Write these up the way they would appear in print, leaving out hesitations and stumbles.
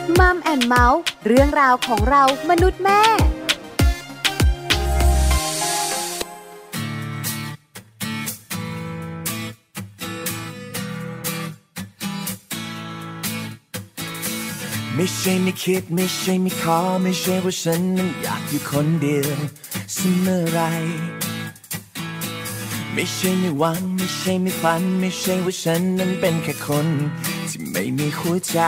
มัมแอนด์เมาส์เรื่องราวของเรามนุษย์แม่ไม่ใช่ไม่คิดไม่ใช่ไม่ขอไม่ใช่ว่าฉันนั้นอยากอยู่คนเดียวเสมอไรไม่ใช่ไม่หวังไม่ใช่ไม่ฝันไม่ใช่ว่าฉันนั้นเป็นแค่คนที่ไม่มีหัวใจ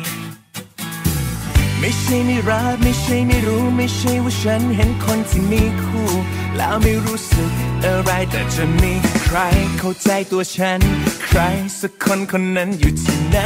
ไม่ใช่ไม่รักไม่ใช่ไม่รู้ไม่ใช่ว่าฉันเห็นคนที่มีคู่แล้วไม่รู้สึกอะไรแต่จะมีใครเข้าใจตัวฉันใครสักคนคนนั้นอยู่ที่ไหน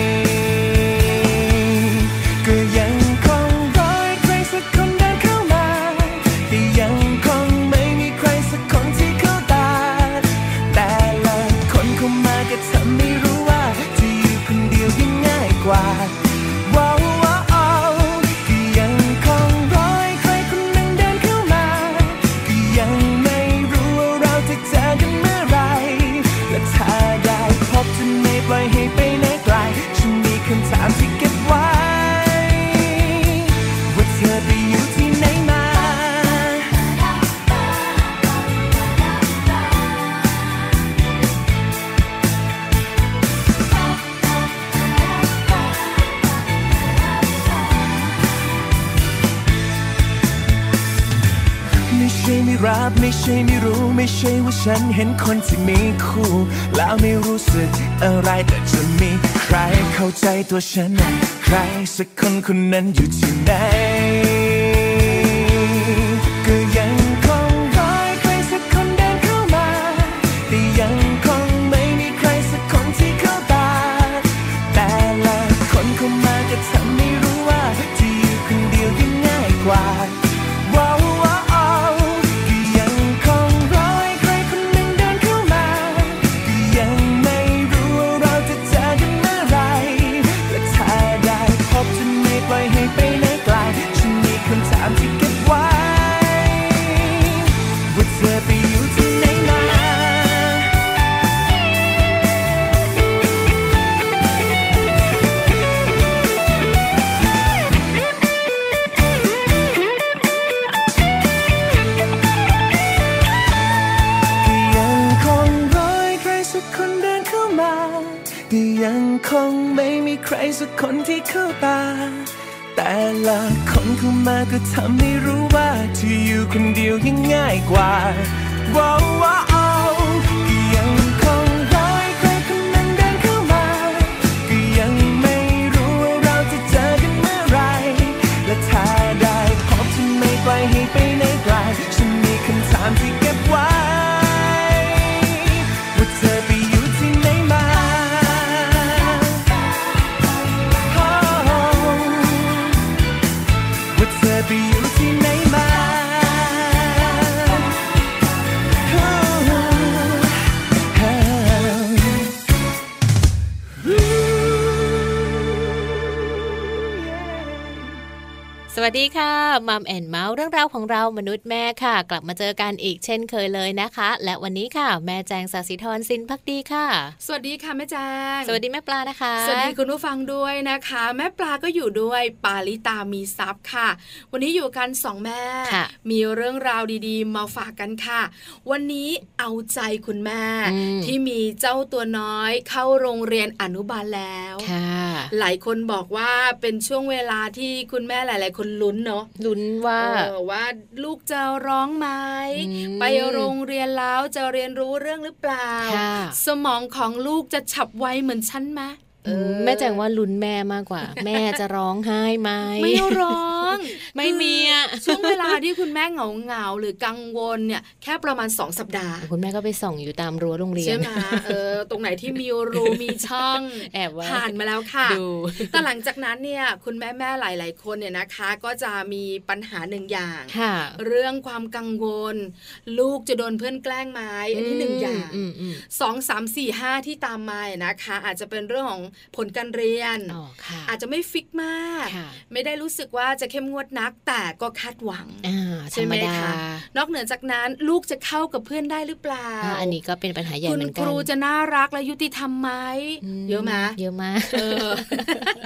ก็ยังคงรอใครสักคนเดินเข้ามาแต่ยังคงไม่มีใครสักคนที่เข้าตาแต่ละคนเข้ามาก็ทำให้รู้ว่าจะอยู่คนเดียวยังง่ายกว่าว้าวก็ยังคงรอใครคนหนึ่งเดินเข้ามาก็ยังไม่รู้ว่าเราจะเจอกันเมื่อไรและถ้าได้พบจะไม่ปล่อยให้ไปไหนไกลฉันมีคำถามที่เก็บไว้เธอไปอยู่ที่ไหนมาไม่ใช่ไม่รักไม่ใช่ไม่รู้ไม่ใช่ว่าฉันเห็นคนที่มีคู่แล้วไม่รู้สึกอะไรแต่จะมีใครเข้าใจตัวฉันใครสักคนคนนั้นอยู่ที่ไหนก็ยังคงรอใครสักคนเดินเข้ามาแต่ยังคงไม่มีใครสักคนที่เข้าตาแต่ละคนเข้ามาก็ทำให้รู้ว่าที่อยู่คนเดียวยังง่ายกว่าว้าวก็ยังคงรอใครคนหนึ่งเดินเข้ามาก็ยังไม่รู้ว่าเราจะเจอกันเมื่อไรและถ้าได้พบจะไม่ปล่อยให้ไปไหนไกลฉันมีคำถามที่เก็บไว้ว่าเธอไปอยู่ที่ไหนมายังคงไม่มีใครสักคนที่เข้าตาแต่ละคนเข้ามาก็ทำให้รู้ว่าที่อยู่คนเดียวยังง่ายกว่าว้าวก็ยังคงรอใครคนนั้นเดินเข้ามาก็ยังไม่รู้ว่าเราจะเจอกันเมื่อไรและถ้าได้พบจะไม่ปล่อยให้ไปไหนไกลฉันมีคำถามที่เก็บไว้ว่าเธอไปอยู่ที่ไหนมาเธอไปอยู่ที่ไหนมาสวัสดีค่ะมัมแอนด์เมาส์เรื่องราวของเรามนุษย์แม่ค่ะกลับมาเจอกันอีกเช่นเคยเลยนะคะและวันนี้ค่ะแม่แจงศศิธรสินภักดีค่ะสวัสดีค่ะแม่แจงสวัสดีแม่ปลานะคะสวัสดีคุณผู้ฟังด้วยนะคะแม่ปลาก็อยู่ด้วยปาลิตามีซับค่ะวันนี้อยู่กัน2แม่มีเรื่องราวดีๆมาฝากกันค่ะวันนี้เอาใจคุณแม่ที่มีเจ้าตัวน้อยเข้าโรงเรียนอนุบาลแล้วหลายคนบอกว่าเป็นช่วงเวลาที่คุณแม่หลายๆคนลุ้นเนาะลุ้นว่าลูกจะร้องไหมไปโรงเรียนแล้วจะเรียนรู้เรื่องหรือเปล่าสมองของลูกจะฉับไวเหมือนฉันไหมแม่แจงว่าลุ้นแม่มากกว่า แม่จะร้องไห้ไหมไม่ร้องไม่มีอะช่วงเวลาที่คุณแม่เหงาหรือกังวลเนี่ยแค่ประมาณ2สัปดาห์คุณแม่ก็ไปส่องอยู่ตามรั้วโรงเรียนใช่ไหมตรงไหนที่มีรูมีช่องแอบผ่านมาแล้วค่ะดูแต่หลังจากนั้นเนี่ยคุณแม่หลายๆคนเนี่ยนะคะก็จะมีปัญหาหนึ่งอย่างเรื่องความกังวลลูกจะโดนเพื่อนแกล้งไหมอันนี้1อย่าง2 3 4 5ที่ตามมานะคะอาจจะเป็นเรื่องของผลการเรียน อาจจะไม่ฟิกมากไม่ได้รู้สึกว่าจะเข้มงวดนักแต่ก็คาดหวังใช่ไหมคะนอกเหนือจากนั้นลูกจะเข้ากับเพื่อนได้หรือเปล่าอันนี้ก็เป็นปัญหาใหญ่เหมือนกันคุณครูจะน่ารักและยุติธรรมไหมเยอะไหมเยอะมาก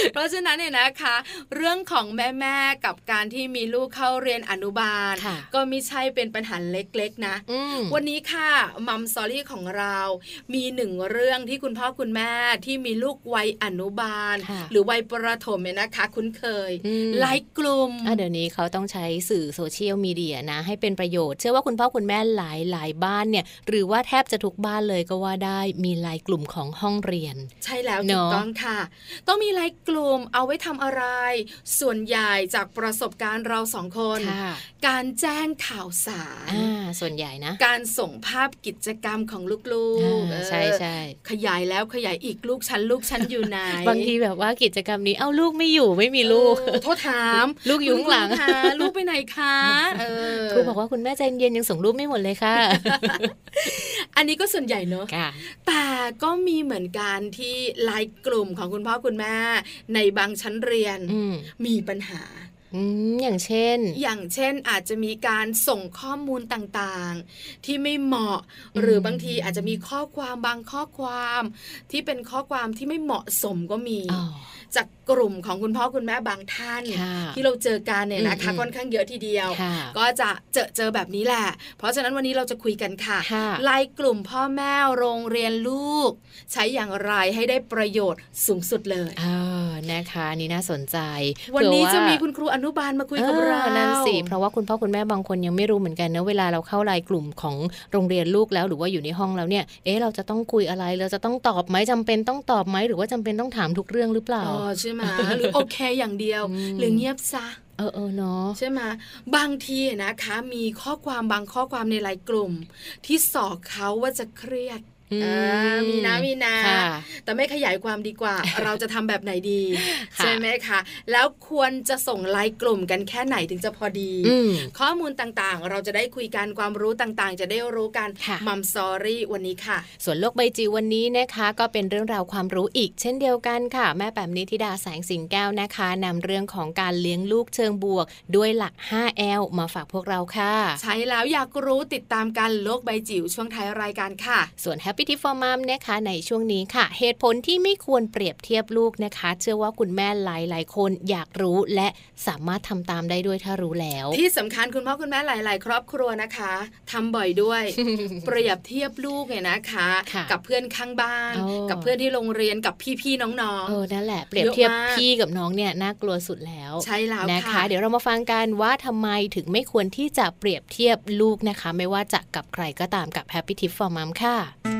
เพราะฉะนั้นเนี่ยนะคะเรื่องของแม่ๆกับการที่มีลูกเข้าเรียนอนุบาลก็ไม่ใช่เป็นปัญหาเล็กๆนะวันนี้ค่ะมัมสตอรี่ของเรามีหนึ่งเรื่องที่คุณพ่อคุณแม่ที่มีลูกวัยอนุบาลหรือวัยประถมเนี่ยนะคะคุ้นเคยไลค์กลุ่มเดี๋ยวนี้เขาต้องใช้สื่อโซเชียลมีเดียนะให้เป็นประโยชน์เชื่อว่าคุณพ่อคุณแม่หลายบ้านเนี่ยหรือว่าแทบจะทุกบ้านเลยก็ว่าได้มีไลน์กลุ่มของห้องเรียนใช่แล้วถูกต้องค่ะต้องมีไลน์กลุ่มเอาไว้ทำอะไรส่วนใหญ่จากประสบการณ์เรา2 คนการแจ้งข่าวสารส่วนใหญ่นะการส่งภาพกิจกรรมของลูกๆใช่ขยายแล้วขยายอีกลูกฉันอยู่ไหนบางทีแบบว่ากิจกรรมนี้ลูกไม่อยู่ไม่มีลูกโทษถามลูกอยู่ข้างหลังลูกไปไหนคะครูบอกว่าคุณแม่ใจเย็นยังส่งรูปไม่หมดเลยค่ะอันนี้ก็ส่วนใหญ่เนอะแต่ก็มีเหมือนกันที่ไลน์กลุ่มของคุณพ่อคุณแม่ในบางชั้นเรียนมีปัญหาอย่างเช่นอาจจะมีการส่งข้อมูลต่างๆที่ไม่เหมาะหรือบางทีอาจจะมีข้อความบางข้อความที่เป็นข้อความที่ไม่เหมาะสมก็มีจากกลุ่มของคุณพ่อคุณแม่บางท่านที่เราเจอกันเนี่ยนะคะค่อนข้างเยอะทีเดียวก็จะเจอแบบนี้แหละเพราะฉะนั้นวันนี้เราจะคุยกันค่ะไล่กลุ่มพ่อแม่โรงเรียนลูกใช้อย่างไรให้ได้ประโยชน์สูงสุดเลยนะคะนี่น่าสนใจวันนี้จะมีคุณครูอนุบาลมาคุยกับเรานั่นสิเพราะว่าคุณพ่อคุณแม่บางคนยังไม่รู้เหมือนกันนะเวลาเราเข้าไลน์กลุ่มของโรงเรียนลูกแล้วหรือว่าอยู่ในห้องแล้วเนี่ยเราจะต้องคุยอะไรเราจะต้องตอบไหมจำเป็นต้องตอบไหมหรือว่าจำเป็นต้องถามทุกเรื่องหรือเปล่าใช่ไหมหรือโอเคอย่างเดียวหรือเงียบซะเนาะใช่ไหมบางทีนะคะมีข้อความบางข้อความในไลน์กลุ่มที่สอกเขาว่าจะเครียดมีนะแต่ไม่ขยายความดีกว่า เราจะทำแบบไหนดีใช่ไหมคะแล้วควรจะส่งไลน์กลุ่มกันแค่ไหนถึงจะพอดีข้อมูลต่างๆเราจะได้คุยกันความรู้ต่างๆจะได้รู้กันมัมสตอรี่วันนี้ค่ะส่วนโลกใบจิ๋ววันนี้นะคะก็เป็นเรื่องราวความรู้อีกเช่นเดียวกันค่ะแม่แป๋มนิธิดาแสงสิงแก้วนะคะนำเรื่องของการเลี้ยงลูกเชิงบวกด้วยหลัก 5L มาฝากพวกเราค่ะใช่แล้วอยากรู้ติดตามกันโลกใบจิ๋วช่วงท้ายรายการค่ะส่วนHappy Tip for Mom นะคะในช่วงนี้ค่ะเหตุผลที่ไม่ควรเปรียบเทียบลูกนะคะเชื่อว่าคุณแม่หลายๆคนอยากรู้และสามารถทำตามได้ด้วยถ้ารู้แล้วที่สำคัญคุณพ่อคุณแม่หลายๆครอบครัวนะคะทำบ่อยด้วย เปรียบเทียบลูกเนี่ยนะคะกับเพื่อนข้างบ้านกับเพื่อนที่โรงเรียนกับพี่ๆน้องๆนั่นแหละเปรียบเทียบพี่กับน้องเนี่ยน่ากลัวสุดแล้วใช่แล้วนะคะเดี๋ยวเรามาฟังกันว่าทำไมถึงไม่ควรที่จะเปรียบเทียบลูกนะคะไม่ว่าจะกับใครก็ตามกับ Happy Tip for Mom ค่ะ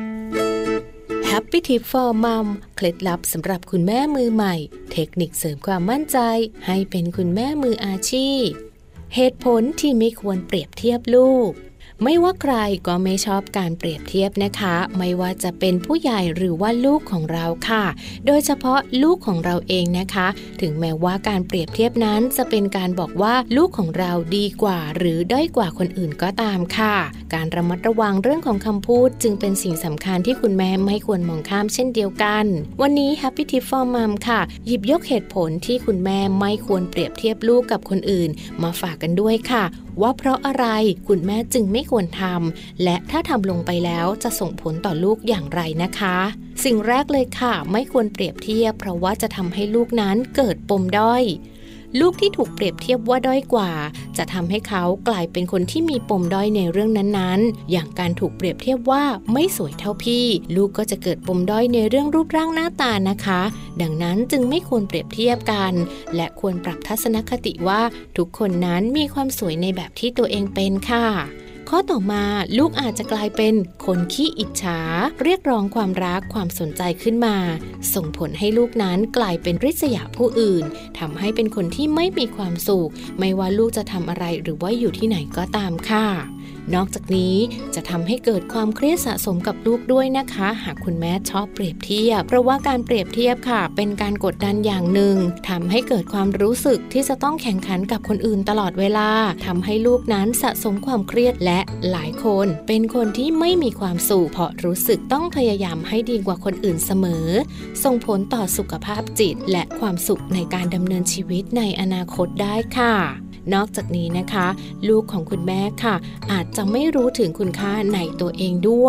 Happy Tip for Mom เคล็ดลับสำหรับคุณแม่มือใหม่เทคนิคเสริมความมั่นใจให้เป็นคุณแม่มืออาชีพเหตุผลที่ไม่ควรเปรียบเทียบลูกไม่ว่าใครก็ไม่ชอบการเปรียบเทียบนะคะไม่ว่าจะเป็นผู้ใหญ่หรือว่าลูกของเราค่ะโดยเฉพาะลูกของเราเองนะคะถึงแม้ว่าการเปรียบเทียบนั้นจะเป็นการบอกว่าลูกของเราดีกว่าหรือด้อยกว่าคนอื่นก็ตามค่ะการระมัดระวังเรื่องของคำพูดจึงเป็นสิ่งสำคัญที่คุณแม่ไม่ควรมองข้ามเช่นเดียวกันวันนี้ Happy Tip for Mom ค่ะหยิบยกเหตุผลที่คุณแม่ไม่ควรเปรียบเทียบลูกกับคนอื่นมาฝากกันด้วยค่ะว่าเพราะอะไรคุณแม่จึงไม่ควรทำและถ้าทำลงไปแล้วจะส่งผลต่อลูกอย่างไรนะคะสิ่งแรกเลยค่ะไม่ควรเปรียบเทียบเพราะว่าจะทำให้ลูกนั้นเกิดปมด้อยลูกที่ถูกเปรียบเทียบว่าด้อยกว่าจะทำให้เขากลายเป็นคนที่มีปมด้อยในเรื่องนั้นๆอย่างการถูกเปรียบเทียบว่าไม่สวยเท่าพี่ลูกก็จะเกิดปมด้อยในเรื่องรูปร่างหน้าตานะคะดังนั้นจึงไม่ควรเปรียบเทียบกันและควรปรับทัศนคติว่าทุกคนนั้นมีความสวยในแบบที่ตัวเองเป็นค่ะข้อต่อมาลูกอาจจะกลายเป็นคนขี้อิจฉาเรียกร้องความรักความสนใจขึ้นมาส่งผลให้ลูกนั้นกลายเป็นริษยาผู้อื่นทำให้เป็นคนที่ไม่มีความสุขไม่ว่าลูกจะทำอะไรหรือว่าอยู่ที่ไหนก็ตามค่ะนอกจากนี้จะทำให้เกิดความเครียดสะสมกับลูกด้วยนะคะหากคุณแม่ชอบเปรียบเทียบเพราะว่าการเปรียบเทียบค่ะเป็นการกดดันอย่างหนึ่งทำให้เกิดความรู้สึกที่จะต้องแข่งขันกับคนอื่นตลอดเวลาทำให้ลูกนั้นสะสมความเครียดและหลายคนเป็นคนที่ไม่มีความสุขเพราะรู้สึกต้องพยายามให้ดีกว่าคนอื่นเสมอส่งผลต่อสุขภาพจิตและความสุขในการดำเนินชีวิตในอนาคตได้ค่ะนอกจากนี้นะคะลูกของคุณแม่ค่ะอาจจะไม่รู้ถึงคุณค่าในตัวเองด้วย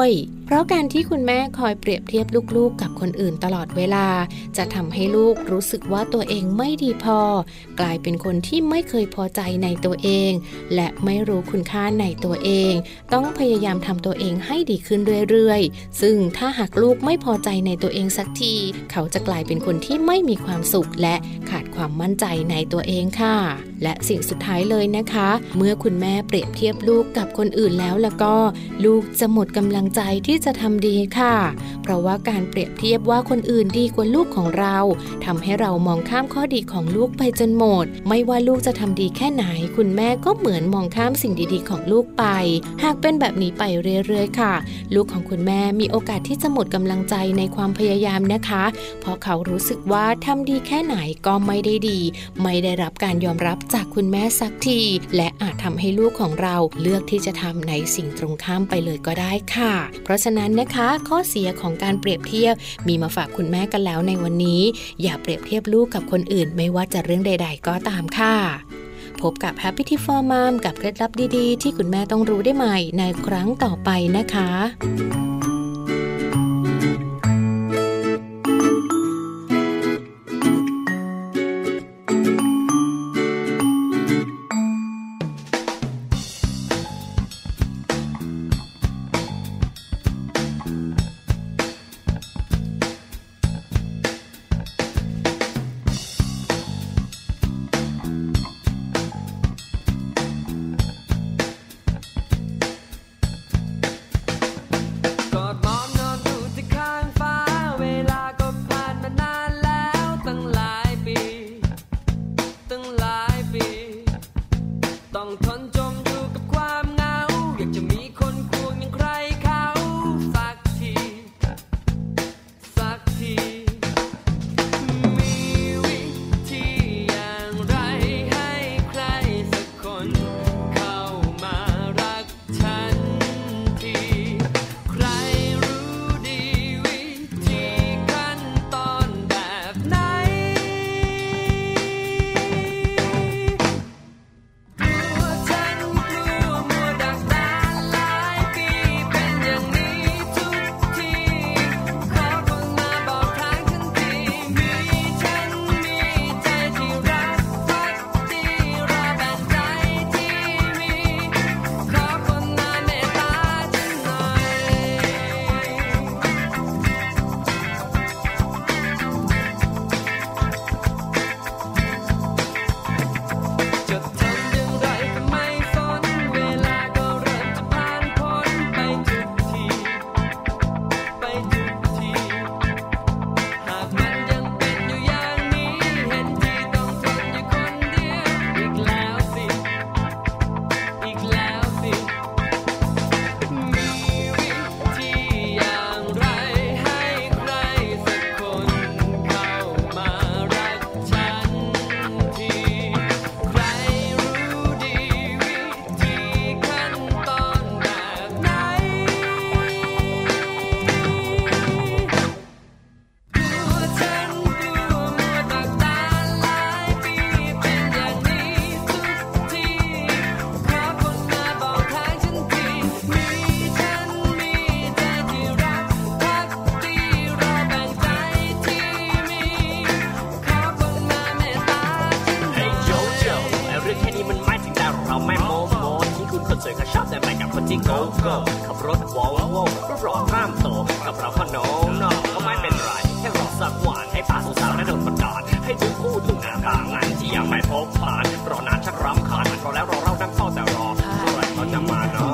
เพราะการที่คุณแม่คอยเปรียบเทียบลูกๆกับคนอื่นตลอดเวลาจะทำให้ลูกรู้สึกว่าตัวเองไม่ดีพอกลายเป็นคนที่ไม่เคยพอใจในตัวเองและไม่รู้คุณค่าในตัวเองต้องพยายามทำตัวเองให้ดีขึ้นเรื่อยๆซึ่งถ้าหากลูกไม่พอใจในตัวเองสักทีเขาจะกลายเป็นคนที่ไม่มีความสุขและขาดความมั่นใจในตัวเองค่ะและสิ่งสุดท้ายเลยนะคะเมื่อคุณแม่เปรียบเทียบลูกกับคนอื่นแล้วก็ลูกจะหมดกำลังใจที่จะทำดีค่ะเพราะว่าการเปรียบเทียบว่าคนอื่นดีกว่าลูกของเราทำให้เรามองข้ามข้อดีของลูกไปจนหมดไม่ว่าลูกจะทำดีแค่ไหนคุณแม่ก็เหมือนมองข้ามสิ่งดีๆของลูกไปหากเป็นแบบนี้ไปเรื่อยๆค่ะลูกของคุณแม่มีโอกาสที่จะหมดกำลังใจในความพยายามนะคะเพราะเขารู้สึกว่าทำดีแค่ไหนก็ไม่ได้ดีไม่ได้รับการยอมรับจากคุณแม่สักทีและอาจทำให้ลูกของเราเลือกที่จะทำในสิ่งตรงข้ามไปเลยก็ได้ค่ะเพราะฉะนั้นนะคะข้อเสียของการเปรียบเทียบมีมาฝากคุณแม่กันแล้วในวันนี้อย่าเปรียบเทียบลูกกับคนอื่นไม่ว่าจะเรื่องใดๆก็ตามค่ะพบกับ Happy Tip for Mom กับเคล็ดลับดีๆที่คุณแม่ต้องรู้ได้ใหม่ในครั้งต่อไปนะคะที่โกโก้ขับรถวอลโว่รอข้ามโตกับเราขนมนอกก็ไม่เป็นไรแค่รอสักวันให้ป่าสาวๆและโดนประกาศให้ทุกคู่ทุกงานทางงานที่ยังไม่พบผ่านรอนานชักรำคาญรอแล้วรอเล่านั่งเฝ้าแต่รอเมื่อไรเขาจะมาเนาะ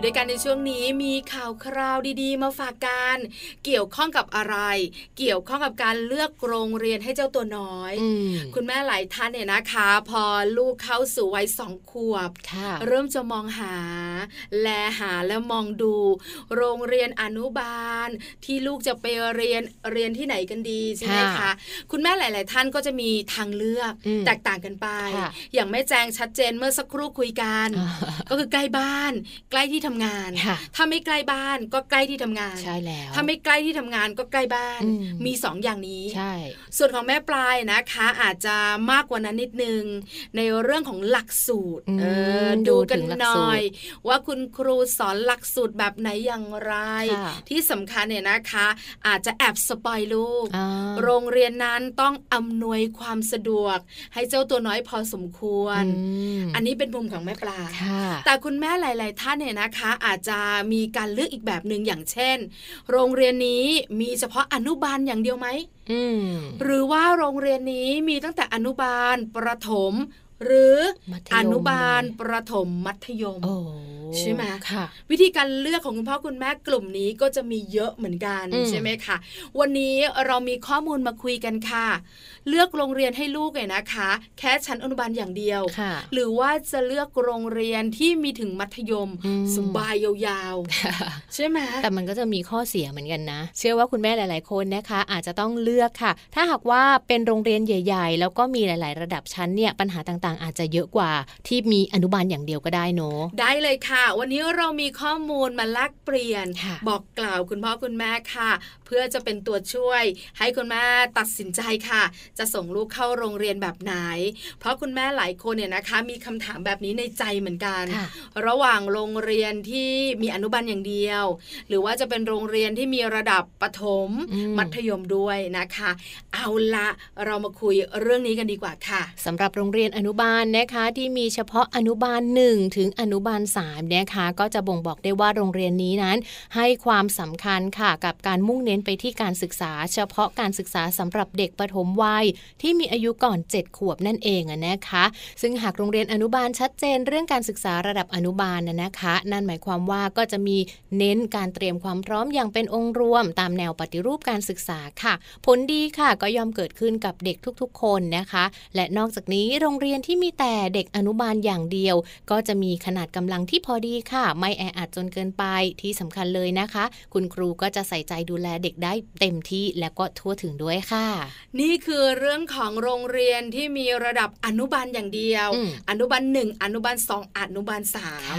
ด้วยกันในช่วงนี้มีข่าวคราวดีๆมาฝากกันเกี่ยวข้องกับอะไรเกี่ยวข้องกับการเลือกโรงเรียนให้เจ้าตัวน้อยคุณแม่หลายท่านเนี่ยนะคะพอลูกเข้าสู่วัย2 ขวบเริ่มจะมองหาและมองดูโรงเรียนอนุบาลที่ลูกจะไปเรียนที่ไหนกันดีใช่ไหมคะคุณแม่หลายๆท่านก็จะมีทางเลือกแตกต่างกันไปอย่างแม่แจงชัดเจนเมื่อสักครู่คุยกันก็คือใกล้บ้านใกล้ที่ทำงานถ้าไม่ใกล้บ้านก็ใกล้ที่ทำงานใช่แล้วถ้าไม่ใกล้ที่ทำงานก็ใกล้บ้านมี2 อย่างนี้ใช่ส่วนของแม่ปลายนะคะอาจจะมากกว่านั้นนิดนึงในเรื่องของหลักสูตรดูกันหน่อยว่าคุณครูสอนหลักสูตรแบบไหนอย่างไรที่สำคัญเนี่ยนะคะอาจจะแอบสปอยลูกโรงเรียนนั้นต้องอำนวยความสะดวกให้เจ้าตัวน้อยพอสมควรอันนี้เป็นมุมของแม่ปลาแต่คุณแม่หลายๆท่านเนี่ยนะคะอาจจะมีการเลือกอีกแบบนึงอย่างเช่นโรงเรียนนี้มีเฉพาะอนุบาลอย่างเดียวไหมหรือว่าโรงเรียนนี้มีตั้งแต่อนุบาลประถมหรืออนุบาลประถมมัธยมใช่ไหมวิธีการเลือกของคุณพ่อคุณแม่กลุ่มนี้ก็จะมีเยอะเหมือนกันใช่ไหมคะวันนี้เรามีข้อมูลมาคุยกันค่ะเลือกโรงเรียนให้ลูกเนี่ยนะคะแค่ชั้นอนุบาลอย่างเดียวหรือว่าจะเลือกโรงเรียนที่มีถึงมัธยมสบายยาวๆใช่ไหมแต่มันก็จะมีข้อเสียเหมือนกันนะเชื่อว่าคุณแม่หลายๆคนนะคะอาจจะต้องเลือกค่ะถ้าหากว่าเป็นโรงเรียนใหญ่ๆแล้วก็มีหลายๆระดับชั้นเนี่ยปัญหาต่างๆอาจจะเยอะกว่าที่มีอนุบาลอย่างเดียวก็ได้เนอะได้เลยค่ะวันนี้เรามีข้อมูลมาแลกเปลี่ยนบอกกล่าวคุณพ่อคุณแม่ค่ะเพื่อจะเป็นตัวช่วยให้คุณแม่ตัดสินใจค่ะจะส่งลูกเข้าโรงเรียนแบบไหนเพราะคุณแม่หลายคนเนี่ยนะคะมีคำถามแบบนี้ในใจเหมือนกันระหว่างโรงเรียนที่มีอนุบาลอย่างเดียวหรือว่าจะเป็นโรงเรียนที่มีระดับประถมมัธยมด้วยนะคะเอาละเรามาคุยเรื่องนี้กันดีกว่าค่ะสำหรับโรงเรียนอนุบาลนะคะที่มีเฉพาะอนุบาล1ถึงอนุบาล3นะคะก็จะบ่งบอกได้ว่าโรงเรียนนี้นั้นให้ความสำคัญค่ะกับการมุ่งเน้นไปที่การศึกษาเฉพาะการศึกษาสำหรับเด็กปฐมวัยที่มีอายุก่อน7 ขวบนั่นเองนะคะซึ่งหากโรงเรียนอนุบาลชัดเจนเรื่องการศึกษาระดับอนุบาลนะคะนั่นหมายความว่าก็จะมีเน้นการเตรียมความพร้อมอย่างเป็นองค์รวมตามแนวปฏิรูปการศึกษาค่ะผลดีค่ะก็ย่อมเกิดขึ้นกับเด็กทุกๆคนนะคะและนอกจากนี้โรงเรียนที่มีแต่เด็กอนุบาลอย่างเดียวก็จะมีขนาดกำลังที่พอดีค่ะไม่แออัดจนเกินไปที่สำคัญเลยนะคะคุณครูก็จะใส่ใจดูแลเด็กได้เต็มที่และก็ทั่วถึงด้วยค่ะนี่คือเรื่องของโรงเรียนที่มีระดับอนุบาลอย่างเดียวอนุบาล1อนุบาล2อนุบาล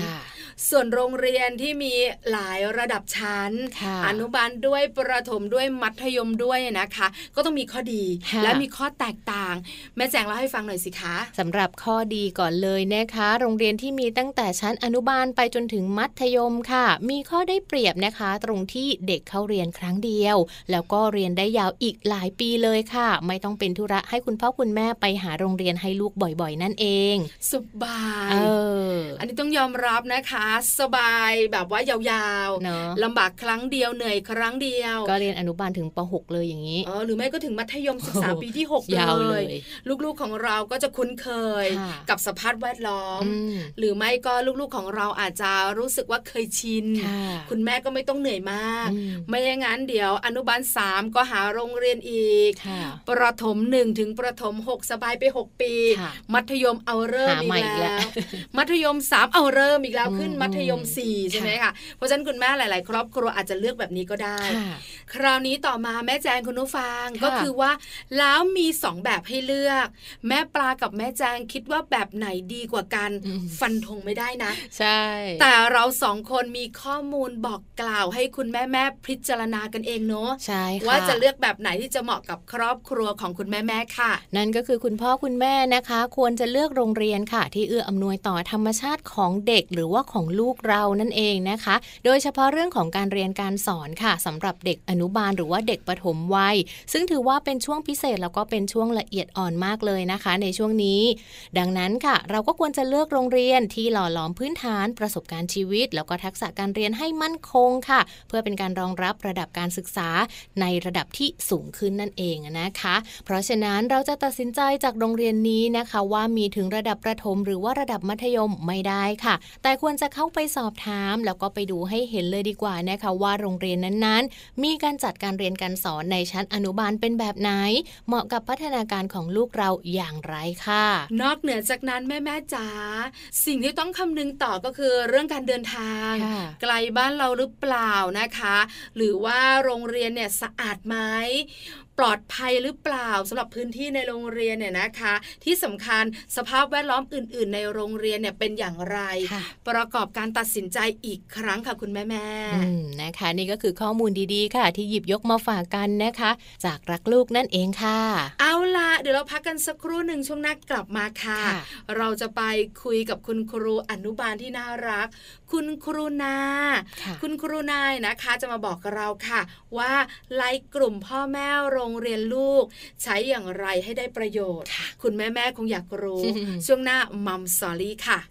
3ส่วนโรงเรียนที่มีหลายระดับชั้นอนุบาลด้วยประถมด้วยมัธยมด้วยนะคะก็ต้องมีข้อดีและมีข้อแตกต่างแม่แจงเล่าให้ฟังหน่อยสิคะสำหรับข้อดีก่อนเลยนะคะโรงเรียนที่มีตั้งแต่ชั้นอนุบาลไปจนถึงมัธยมค่ะมีข้อได้เปรียบนะคะตรงที่เด็กเข้าเรียนครั้งเดียวแล้วก็เรียนได้ยาวอีกหลายปีเลยค่ะไม่ต้องเป็นธุระให้คุณพ่อคุณแม่ไปหาโรงเรียนให้ลูกบ่อยๆนั่นเองสบายอันนี้ต้องยอมรับนะคะสบายแบบว่ายาวๆลำบากครั้งเดียวเหนื่อยครั้งเดียวก็เรียนอนุบาลถึงป.6 เลยอย่างนี้หรือไม่ก็ถึงมัธยมศึกษาปีที่6เลยลูกๆของเราก็จะคุ้นเคยกับสภาพแวดล้อมหรือไม่ก็ลูกๆของเราอาจจะรู้สึกว่าเคยชินคุณแม่ก็ไม่ต้องเหนื่อยมากไม่อย่างนั้นเดี๋ยวอนุบาล3ก็หาโรงเรียนอีกประถม1ถึงประถม6สบายไป6ปีมัธยมเอาเริ่มอีกแล้วมัธยม3เอาเริ่มอีกแล้วขึ้นมัธยม4ใช่ไหมคะเพราะฉะนั้นคุณแม่หลายๆครอบครัวอาจจะเลือกแบบนี้ก็ได้คราวนี้ต่อมาแม่แจงคุณผู้ฟังก็คือว่าแล้วมี2แบบให้เลือกแม่ปลากับแม่แจงคิดว่าแบบไหนดีกว่ากันฟันธงไม่ได้นะใช่แต่เรา2คนมีข้อมูลบอกกล่าวให้คุณแม่พิจารณากันเองเนาะใช่ค่ะว่าจะเลือกแบบไหนที่จะเหมาะกับครอบครัวของคุณแม่ค่ะนั่นก็คือคุณพ่อคุณแม่นะคะควรจะเลือกโรงเรียนค่ะที่เอื้ออำนวยต่อธรรมชาติของเด็กหรือว่าของลูกเรานั่นเองนะคะโดยเฉพาะเรื่องของการเรียนการสอนค่ะสำหรับเด็กอนุบาลหรือว่าเด็กปฐมวัยซึ่งถือว่าเป็นช่วงพิเศษแล้วก็เป็นช่วงละเอียดอ่อนมากเลยนะคะในช่วงนี้ดังนั้นค่ะเราก็ควรจะเลือกโรงเรียนที่หล่อหลอมพื้นฐานประสบการณ์ชีวิตแล้วก็ทักษะการเรียนให้มั่นคงค่ะเพื่อเป็นการรองรับระดับการศึกษาในระดับที่สูงขึ้นนั่นเองนะคะเพราะฉะนั้นเราจะตัดสินใจจากโรงเรียนนี้นะคะว่ามีถึงระดับประถมหรือว่าระดับมัธยมไม่ได้ค่ะแต่ควรจะเข้าไปสอบถามแล้วก็ไปดูให้เห็นเลยดีกว่านะคะว่าโรงเรียนนั้นๆมีการจัดการเรียนการสอนในชั้นอนุบาลเป็นแบบไหนเหมาะกับพัฒนาการของลูกเราอย่างไรค่ะนอกเหนือจากนั้นแม่จ๋าสิ่งที่ต้องคำนึงต่อก็คือเรื่องการเดินทางไกลบ้านเราหรือเปล่านะคะหรือว่าโรงเรียนเนี่ยสะอาดไหมปลอดภัยหรือเปล่าสำหรับพื้นที่ในโรงเรียนเนี่ยนะคะที่สำคัญสภาพแวดล้อมอื่นๆในโรงเรียนเนี่ยเป็นอย่างไรประกอบการตัดสินใจอีกครั้งค่ะคุณแม่ๆนะคะนี่ก็คือข้อมูลดีๆค่ะที่หยิบยกมาฝากกันนะคะจากรักลูกนั่นเองค่ะเอาล่ะเดี๋ยวเราพักกันสักครู่หนึ่งช่วงหน้ากลับมาค่ะเราจะไปคุยกับคุณครูอนุบาลที่น่ารักคุณครูนาคุณครูนายนะคะจะมาบอกกับเราค่ะว่าไล่กลุ่มพ่อแม่โรงเรียนลูกใช้อย่างไรให้ได้ประโยชน์คุณแม่ๆคงอยากรู้ ช่วงหน้ามัมสอรี่ค่ะ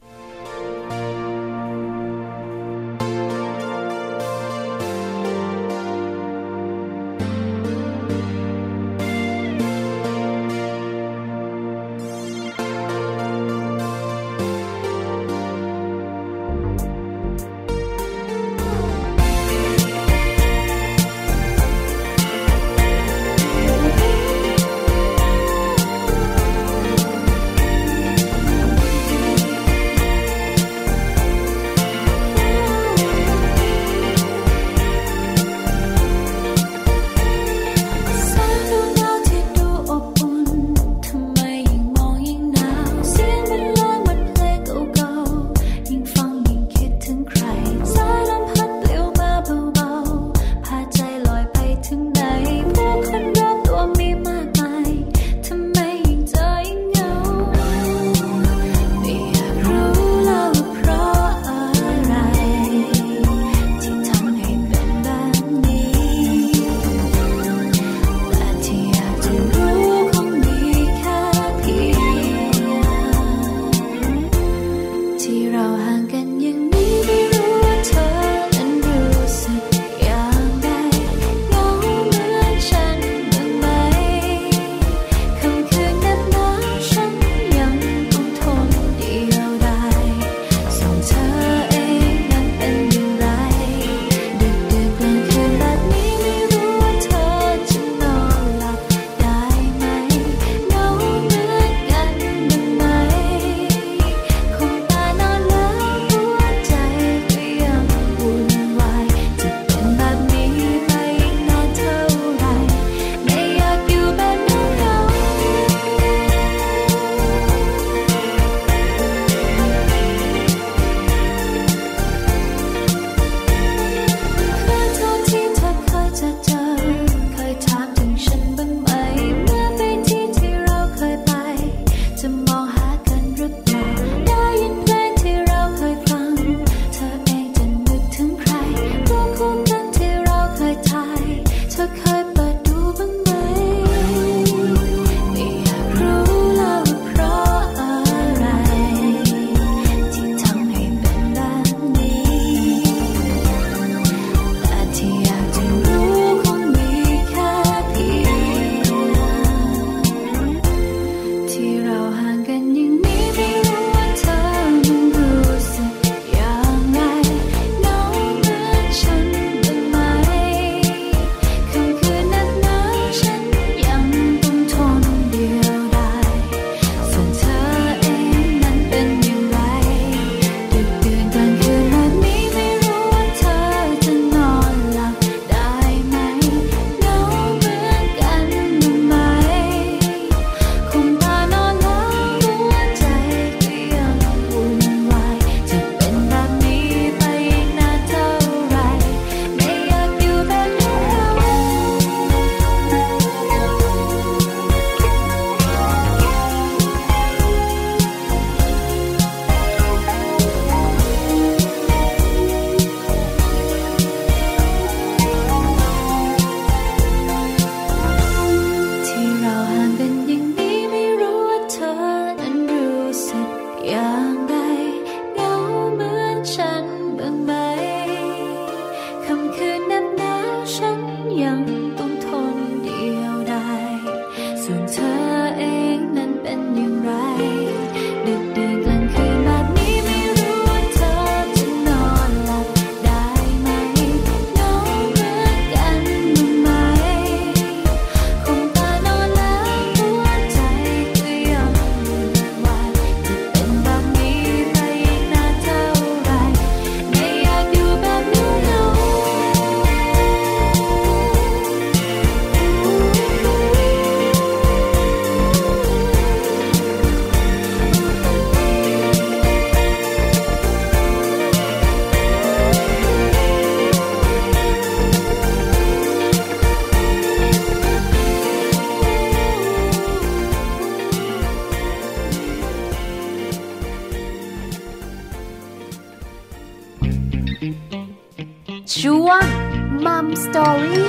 ช่วง Mum Story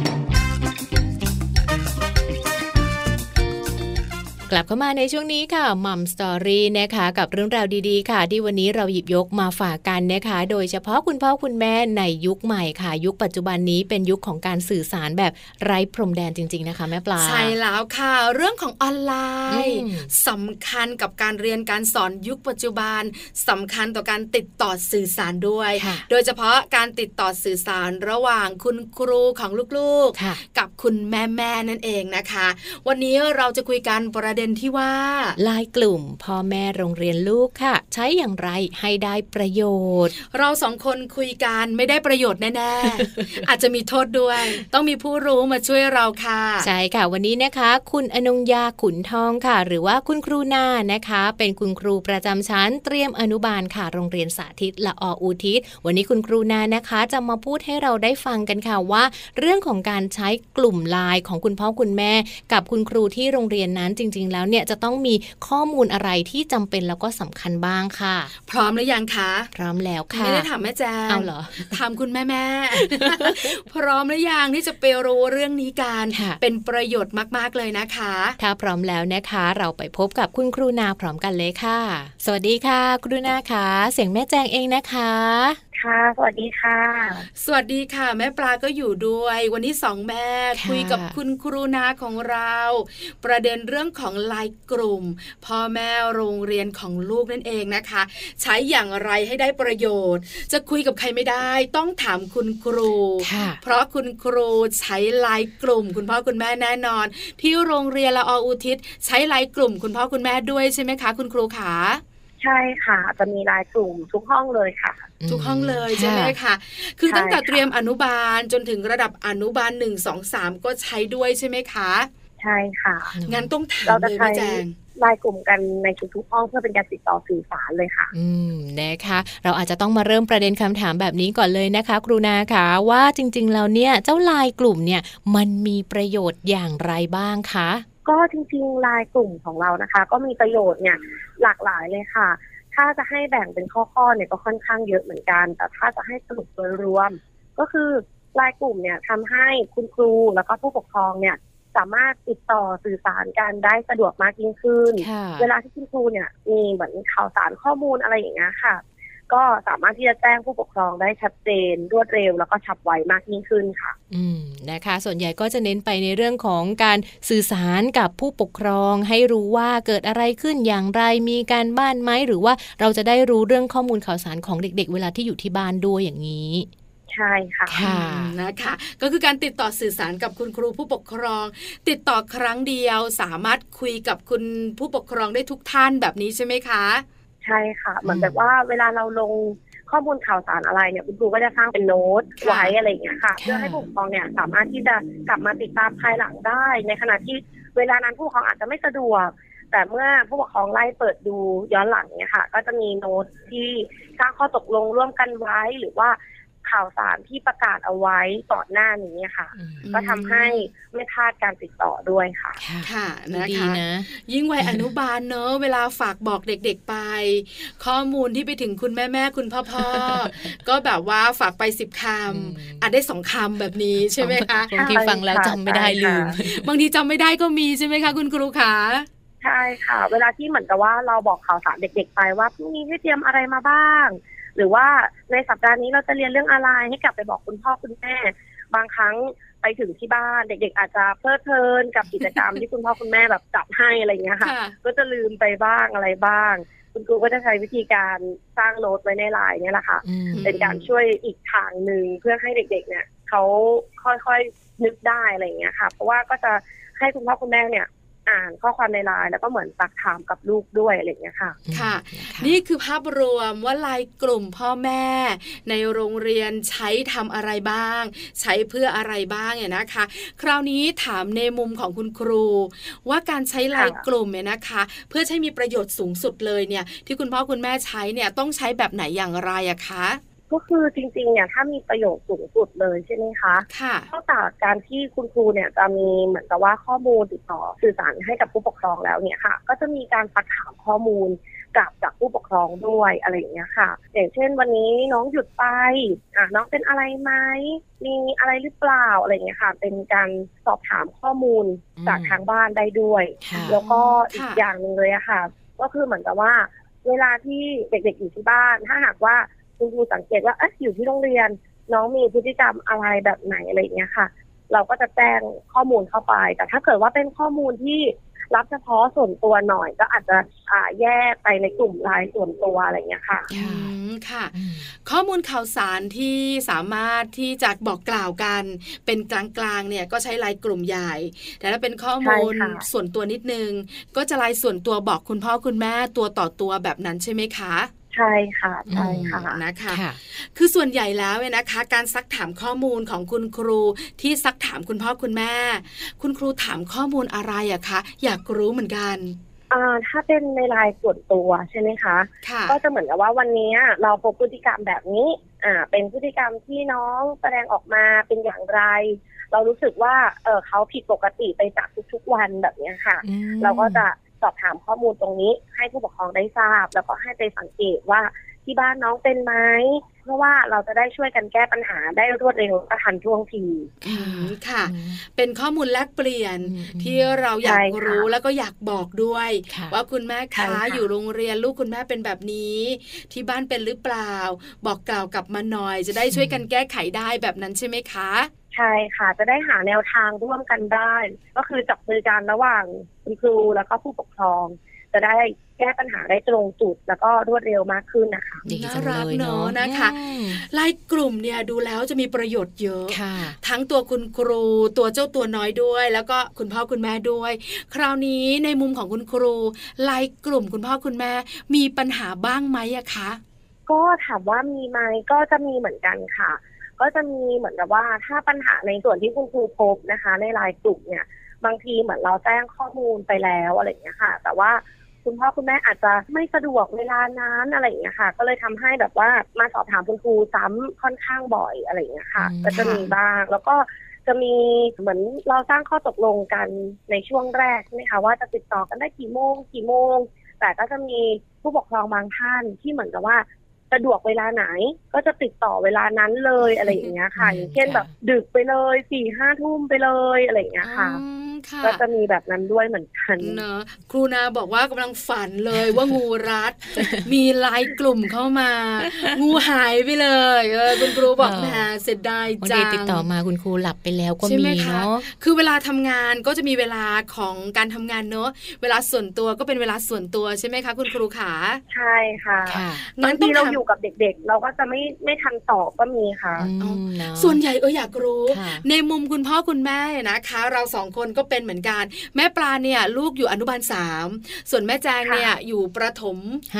กลับเข้ามาในช่วงนี้ค่ะมัมสตอรี่นะคะกับเรื่องราวดีๆค่ะที่วันนี้เราหยิบยกมาฝากกันนะคะโดยเฉพาะคุณพ่อคุณแม่ในยุคใหม่ค่ะยุคปัจจุบันนี้เป็นยุคของการสื่อสารแบบไร้พรมแดนจริงๆนะคะแม่ปลาใช่แล้วค่ะเรื่องของออนไลน์สำคัญกับการเรียนการสอนยุคปัจจุบันสำคัญต่อการติดต่อสื่อสารด้วยโดยเฉพาะการติดต่อสื่อสารระหว่างคุณครูของลูกๆกับคุณแม่ๆนั่นเองนะคะวันนี้เราจะคุยกันประเด็นที่ว่าไลน์กลุ่มพ่อแม่โรงเรียนลูกค่ะใช้อย่างไรให้ได้ประโยชน์เราสองคนคุยกันไม่ได้ประโยชน์แน่ๆ อาจจะมีโทษด้วยต้องมีผู้รู้มาช่วยเราค่ะใช่ค่ะวันนี้นะคะคุณอนงยาขุนทองค่ะหรือว่าคุณครูนานะคะเป็นคุณครูประจำชั้นเตรียมอนุบาลค่ะโรงเรียนสาธิตละออุทิศวันนี้คุณครูนานะคะจะมาพูดให้เราได้ฟังกันค่ะว่าเรื่องของการใช้กลุ่มไลน์ของคุณพ่อคุณแม่กับคุณครูที่โรงเรียนนั้นจริงๆแล้วเนี่ยจะต้องมีข้อมูลอะไรที่จำเป็นแล้วก็สำคัญบ้างค่ะพร้อมหรือยังคะพร้อมแล้วค่ะไม่ได้ถามแม่แจงเอาเหรอถามคุณแม่ พร้อมหรือยังที่จะไปรู้เรื่องนี้กันเป็นประโยชน์มากๆเลยนะคะถ้าพร้อมแล้วนะคะเราไปพบกับคุณครูนาพร้อมกันเลยค่ะสวัสดีค่ะครูนาค่ะเสียงแม่แจงเองนะคะค่ะสวัสดีค่ะสวัสดีค่ะแม่ปลาก็อยู่ด้วยวันนี้2แม่คุยกับคุณครูนาของเราประเด็นเรื่องของไลน์กลุ่มพ่อแม่โรงเรียนของลูกนั่นเองนะคะใช้อย่างไรให้ได้ประโยชน์จะคุยกับใครไม่ได้ต้องถามคุณครูเพราะคุณครูใช้ไลน์กลุ่มคุณพ่อคุณแม่แน่นอนที่โรงเรียนละออุทิศใช้ไลน์กลุ่มคุณพ่อคุณแม่ด้วยใช่ไหมคะคุณครูขาใช่ค่ะจะมีไลน์กลุ่มทุกห้องเลยค่ะทุกห้องเลยใช่ไหมคะคือตั้งแต่เตรียมอนุบาลจนถึงระดับอนุบาล1 2 3ก็ใช้ด้วยใช่ไหมคะใช่ค่ะงั้นต้องถามเลยพี่แจงไลน์กลุ่มกันในทุกห้องเพื่อเป็นการติดต่อสื่อสารเลยค่ะนะคะเราอาจจะต้องมาเริ่มประเด็นคำถามแบบนี้ก่อนเลยนะคะครูนาค่ะว่าจริงๆแล้วเนี่ยเจ้าไลน์กลุ่มเนี่ยมันมีประโยชน์อย่างไรบ้างคะก็จริงๆไลน์กลุ่มของเรานะคะก็มีประโยชน์เนี่ยหลากหลายเลยค่ะถ้าจะให้แบ่งเป็นข้อๆเนี่ยก็ค่อนข้างเยอะเหมือนกันแต่ถ้าจะให้สรุปโดยรวมก็คือไลน์กลุ่มเนี่ยทำให้คุณครูแล้วก็ผู้ปกครองเนี่ยสามารถติดต่อสื่อสารกันได้สะดวกมากยิ่งขึ้นเวลาที่คุณครูเนี่ยมีเหมือนข่าวสารข้อมูลอะไรอย่างเงี้ยค่ะก็สามารถที่จะแจ้งผู้ปกครองได้ชัดเจนรวดเร็วแล้วก็ฉับไวมากยิ่งขึ้นค่ะนะคะส่วนใหญ่ก็จะเน้นไปในเรื่องของการสื่อสารกับผู้ปกครองให้รู้ว่าเกิดอะไรขึ้นอย่างไรมีการบ้านไหมหรือว่าเราจะได้รู้เรื่องข้อมูลข่าวสารของเด็กๆเวลาที่อยู่ที่บ้านด้วยอย่างนี้ใช่ค่ะนะคะก็คือการติดต่อสื่อสารกับคุณครูผู้ปกครองติดต่อครั้งเดียวสามารถคุยกับคุณผู้ปกครองได้ทุกท่านแบบนี้ใช่ไหมคะใช่ค่ะเหมือนแบบว่าเวลาเราลงข้อมูลข่าวสารอะไรเนี่ยคุณครูก็จะสร้างเป็นโน้ตไว้อะไรอย่างเงี้ยค่ะเพื่อให้ผู้ปกครองเนี่ยสามารถที่จะกลับมาติดตามภายหลังได้ในขณะที่เวลานั้นผู้ปกครองอาจจะไม่สะดวกแต่เมื่อผู้ปกครองไล่เปิดดูย้อนหลังเนี่ยค่ะก็จะมีโน้ตที่สร้างข้อตกลงร่วมกันไว้หรือว่าข่าวสารที่ประกาศเอาไว้ก่อนหน้านี้ค่ะก็ทำให้ไม่พลาดการติดต่อด้วยค่ะค่ะนะคะยิ่งวัยอนุบาลเนอะเวลาฝากบอกเด็กๆไปข้อมูลที่ไปถึงคุณแม่ๆคุณพ่อๆก็แบบว่าฝากไป10 คำอาจได้2 คำแบบนี้ใช่ไหมคะบางทีฟังแล้วจำไม่ได้ลืมบางทีจำไม่ได้ก็มีใช่ไหมคะคุณครูคะใช่ค่ะเวลาที่เหมือนกับว่าเราบอกข่าวสารเด็กๆไปว่าพรุ่งนี้ให้เตรียมอะไรมาบ้างหรือว่าในสัปดาห์นี้เราจะเรียนเรื่องอะไรให้กลับไปบอกคุณพ่อคุณแม่บางครั้งไปถึงที่บ้านเด็กๆอาจจะเพลิดเพลินกับกิจกรรมที่คุณพ่อคุณแม่แบบจัดให้อะไรอย่างเงี้ยค่ะก็จะลืมไปบ้างอะไรบ้างคุณครูก็จะใช้วิธีการสร้างโน้ตไว้ในไลน์เนี่ยแหละค่ะเป็นการช่วยอีกทางนึงเพื่อให้เด็กๆเนี่ยเขาค่อยๆนึกได้อะไรอย่างเงี้ยค่ะเพราะว่าก็จะให้คุณพ่อคุณแม่เนี่ยอ่านข้อความในไลน์แล้วก็เหมือนซักถามกับลูกด้วยอะไรอย่างเงี้ยค่ะค่ะนี่คือภาพรวมว่าไลน์กลุ่มพ่อแม่ในโรงเรียนใช้ทำอะไรบ้างใช้เพื่ออะไรบ้างเนี่ยนะคะคราวนี้ถามในมุมของคุณครูว่าการใช้ไลน์กลุ่มเนี่ยนะคะเพื่อให้มีประโยชน์สูงสุดเลยเนี่ยที่คุณพ่อคุณแม่ใช้เนี่ยต้องใช้แบบไหนอย่างไรอะคะก็คือจริงๆเนี่ยถ้ามีประโยชน์สูงสุดเลยใช่ไหมคะค่ะนอกจากการที่คุณครูเนี่ยจะมีเหมือนกับว่าข้อมูลติดต่อสื่อสารให้กับผู้ปกครองแล้วเนี่ยค่ะก็จะมีการซักถามข้อมูลกลับจากผู้ปกครองด้วยอะไรอย่างเงี้ยค่ะอย่างเช่นวันนี้น้องหยุดไปน้องเป็นอะไรไหมมีอะไรหรือเปล่าอะไรอย่างเงี้ยค่ะเป็นการสอบถามข้อมูลจากทางบ้านได้ด้วยแล้วก็อีกอย่างนึงเลยอะค่ะก็คือเหมือนกับว่าเวลาที่เด็กๆอยู่ที่บ้านถ้าหากว่าคุณครูสังเกตว่าอยู่ที่โรงเรียนน้องมีพฤติกรรมอะไรแบบไหนอะไรอย่างเงี้ยค่ะเราก็จะแจ้งข้อมูลเข้าไปแต่ถ้าเกิดว่าเป็นข้อมูลที่รับเฉพาะส่วนตัวหน่อยก็อาจจะแยกไปในกลุ่มไลน์ส่วนตัวอะไรอย่างเงี้ยค่ะค่ะข้อมูลข่าวสารที่สามารถที่จะบอกกล่าวกันเป็นกลางๆเนี่ยก็ใช้ไลน์กลุ่มใหญ่แต่ถ้าเป็นข้อมูลส่วนตัวนิดนึงก็จะไลน์ส่วนตัวบอกคุณพ่อคุณแม่ตัวต่อตัวแบบนั้นใช่ไหมคะใช่ค่ะใช่ค่ะนะคะคือส่วนใหญ่แล้วเนี่ยนะคะการซักถามข้อมูลของคุณครูที่ซักถามคุณพ่อคุณแม่คุณครูถามข้อมูลอะไรอะคะอยากรู้เหมือนกันถ้าเป็นในไลน์ส่วนตัวใช่ไหมคะก็จะเหมือนกับว่าวันนี้เราพบพฤติกรรมแบบนี้เป็นพฤติกรรมที่น้องแสดงออกมาเป็นอย่างไรเรารู้สึกว่าเขาผิดปกติไปจากทุกๆวันแบบนี้ค่ะเราก็จะสอบถามข้อมูลตรงนี้ให้ผู้ปกครองได้ทราบแล้วก็ให้ไปสังเกตว่าที่บ้านน้องเป็นไหมเพราะว่าเราจะได้ช่วยกันแก้ปัญหาได้รวดเร็วและทันท่วงทีค่ะเป็นข้อมูลแลกเปลี่ยนที่เราอยากรู้แล้วก็อยากบอกด้วยว่าคุณแม่คะอยู่โรงเรียนลูกคุณแม่เป็นแบบนี้ที่บ้านเป็นหรือเปล่าบอกกล่าวกลับมาหน่อยจะได้ช่วยกันแก้ไขได้แบบนั้นใช่ไหมคะใช่ค่ะจะได้หาแนวทางร่วมกันได้ก็คือจับมือกันระหว่างคุณครูแล้วก็ผู้ปกครองจะได้แก้ปัญหาได้ตรงจุดแล้วก็รวดเร็วมากขึ้นนะคะน่ารักเนาะนะคะไลน์กลุ่มเนี่ยดูแล้วจะมีประโยชน์เยอะทั้งตัวคุณครูตัวเจ้าตัวน้อยด้วยแล้วก็คุณพ่อคุณแม่ด้วยคราวนี้ในมุมของคุณครูไลน์กลุ่มคุณพ่อคุณแม่มีปัญหาบ้างไหมอะคะก็ถามว่ามีไหมก็จะมีเหมือนกันค่ะก็จะมีเหมือนกับว่าถ้าปัญหาในส่วนที่คุณครูพบนะคะในไลน์กลุ่มเนี่ยบางทีเหมือนเราแจ้งข้อมูลไปแล้วอะไรอย่างเงี้ยค่ะแต่ว่าคุณพ่อคุณแม่อาจจะไม่สะดวกเวลานั้นอะไรอย่างเงี้ยค่ะก็เลยทำให้แบบว่ามาสอบถามคุณครูซ้ำค่อนข้างบ่อยอะไรอย่างเงี้ยค่ะก็จะมีบ้างแล้วก็จะมีเหมือนเราสร้างข้อตกลงกันในช่วงแรกใช่ไหมคะว่าจะติดต่อกันได้กี่โมงแต่ก็จะมีผู้ปกครองบางท่านที่เหมือนกับว่าสะดวกเวลาไหนก็จะติดต่อเวลานั้นเลยอะไรอย่างเงี้ยค่ะอย่างเช่นแบบดึกไปเลย 4-5 ทุ่มไปเลยอะไรอย่างเงี้ยค่ะก็จะมีแบบนั้นด้วยเหมือนกันเนาะครูนาบอกว่ากำลังฝันเลยว่างูรัดมีไลน์กลุ่มเข้ามางูหายไปเลยคุณครูบอกแหมเสียดายจังติดต่อมาคุณครูหลับไปแล้วก็มีเนาะคือเวลาทำงานก็จะมีเวลาของการทำงานเนาะเวลาส่วนตัวก็เป็นเวลาส่วนตัวใช่ไหมคะคุณครูขาใช่ค่ะบางทีเราอยู่กับเด็กๆเราก็จะไม่ทันตอบก็มีค่ะส่วนใหญ่อยากรู้ในมุมคุณพ่อคุณแม่นะคะเราสองคนก็เป็นเหมือนกันแม่ปลาเนี่ยลูกอยู่อนุบาล3ส่วนแม่แจงเนี่ยอยู่ประถม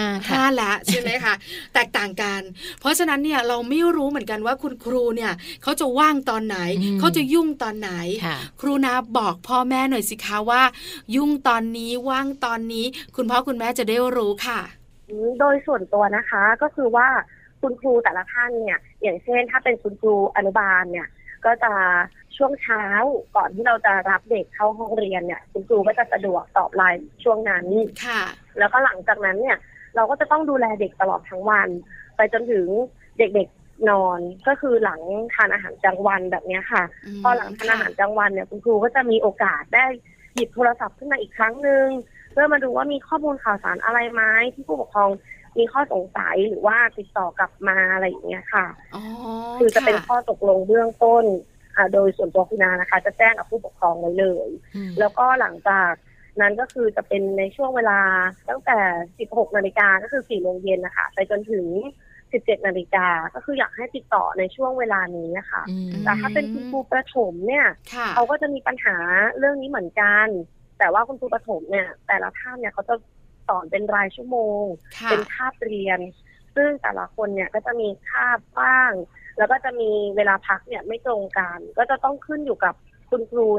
5แล้วใช่ไหมคะแตกต่างกันเพราะฉะนั้นเนี่ยเราไม่รู้เหมือนกันว่าคุณครูเนี่ยเขาจะว่างตอนไหนเขาจะยุ่งตอนไหนครูนาบอกพ่อแม่หน่อยสิคะว่ายุ่งตอนนี้ว่างตอนนี้คุณพ่อคุณแม่จะได้รู้ค่ะโดยส่วนตัวนะคะก็คือว่าคุณครูแต่ละท่านเนี่ยอย่างเช่นถ้าเป็นคุณครูอนุบาลเนี่ยก็จะช่วงเช้าก่อนที่เราจะรับเด็กเข้าห้องเรียนเนี่ยคุณครูก็จะสะดวกตอบไลน์ช่วงนั้นค่ะแล้วก็หลังจากนั้นเนี่ยเราก็จะต้องดูแลเด็กตลอดทั้งวันไปจนถึงเด็กๆนอนก็คือหลังทานอาหารกลางวันแบบนี้ค่ะพอหลังทานอาหารกลางวันเนี่ยคุณครูก็จะมีโอกาสได้หยิบโทรศัพท์ขึ้นมาอีกครั้งนึงเพื่อมาดูว่ามีข้อมูลข่าวสารอะไรไหมที่ผู้ปกครองมีข้อสงสัยหรือว่าติดต่อกลับมาอะไรอย่างเงี้ยค่ะคือจะเป็นข้อตกลงเบื้องต้นโดยส่วนตัวคุณนานะคะจะแจ้งกับผู้ปกครองไว้เลยแล้วก็หลังจากนั้นก็คือจะเป็นในช่วงเวลาตั้งแต่ 16 นาฬิกาก็คือ 4 โมงเย็นนะคะไปจนถึง 17 นาฬิกาก็คืออยากให้ติดต่อในช่วงเวลานี้นะคะแต่ถ้าเป็นคุณครูประถมเนี่ยเขาก็จะมีปัญหาเรื่องนี้เหมือนกันแต่ว่าคุณครูประถมเนี่ยแต่ละท่านเนี่ยเขาจะสอนเป็นรายชั่วโมงเป็นคาบเรียนซึ่งแต่ละคนเนี่ยก็จะมีคาบบ้างแล้วก็จะมีเวลาพักเนี่ยไม่ตรงกันก็จะต้องขึ้นอยู่กับคุณครูเนี่ย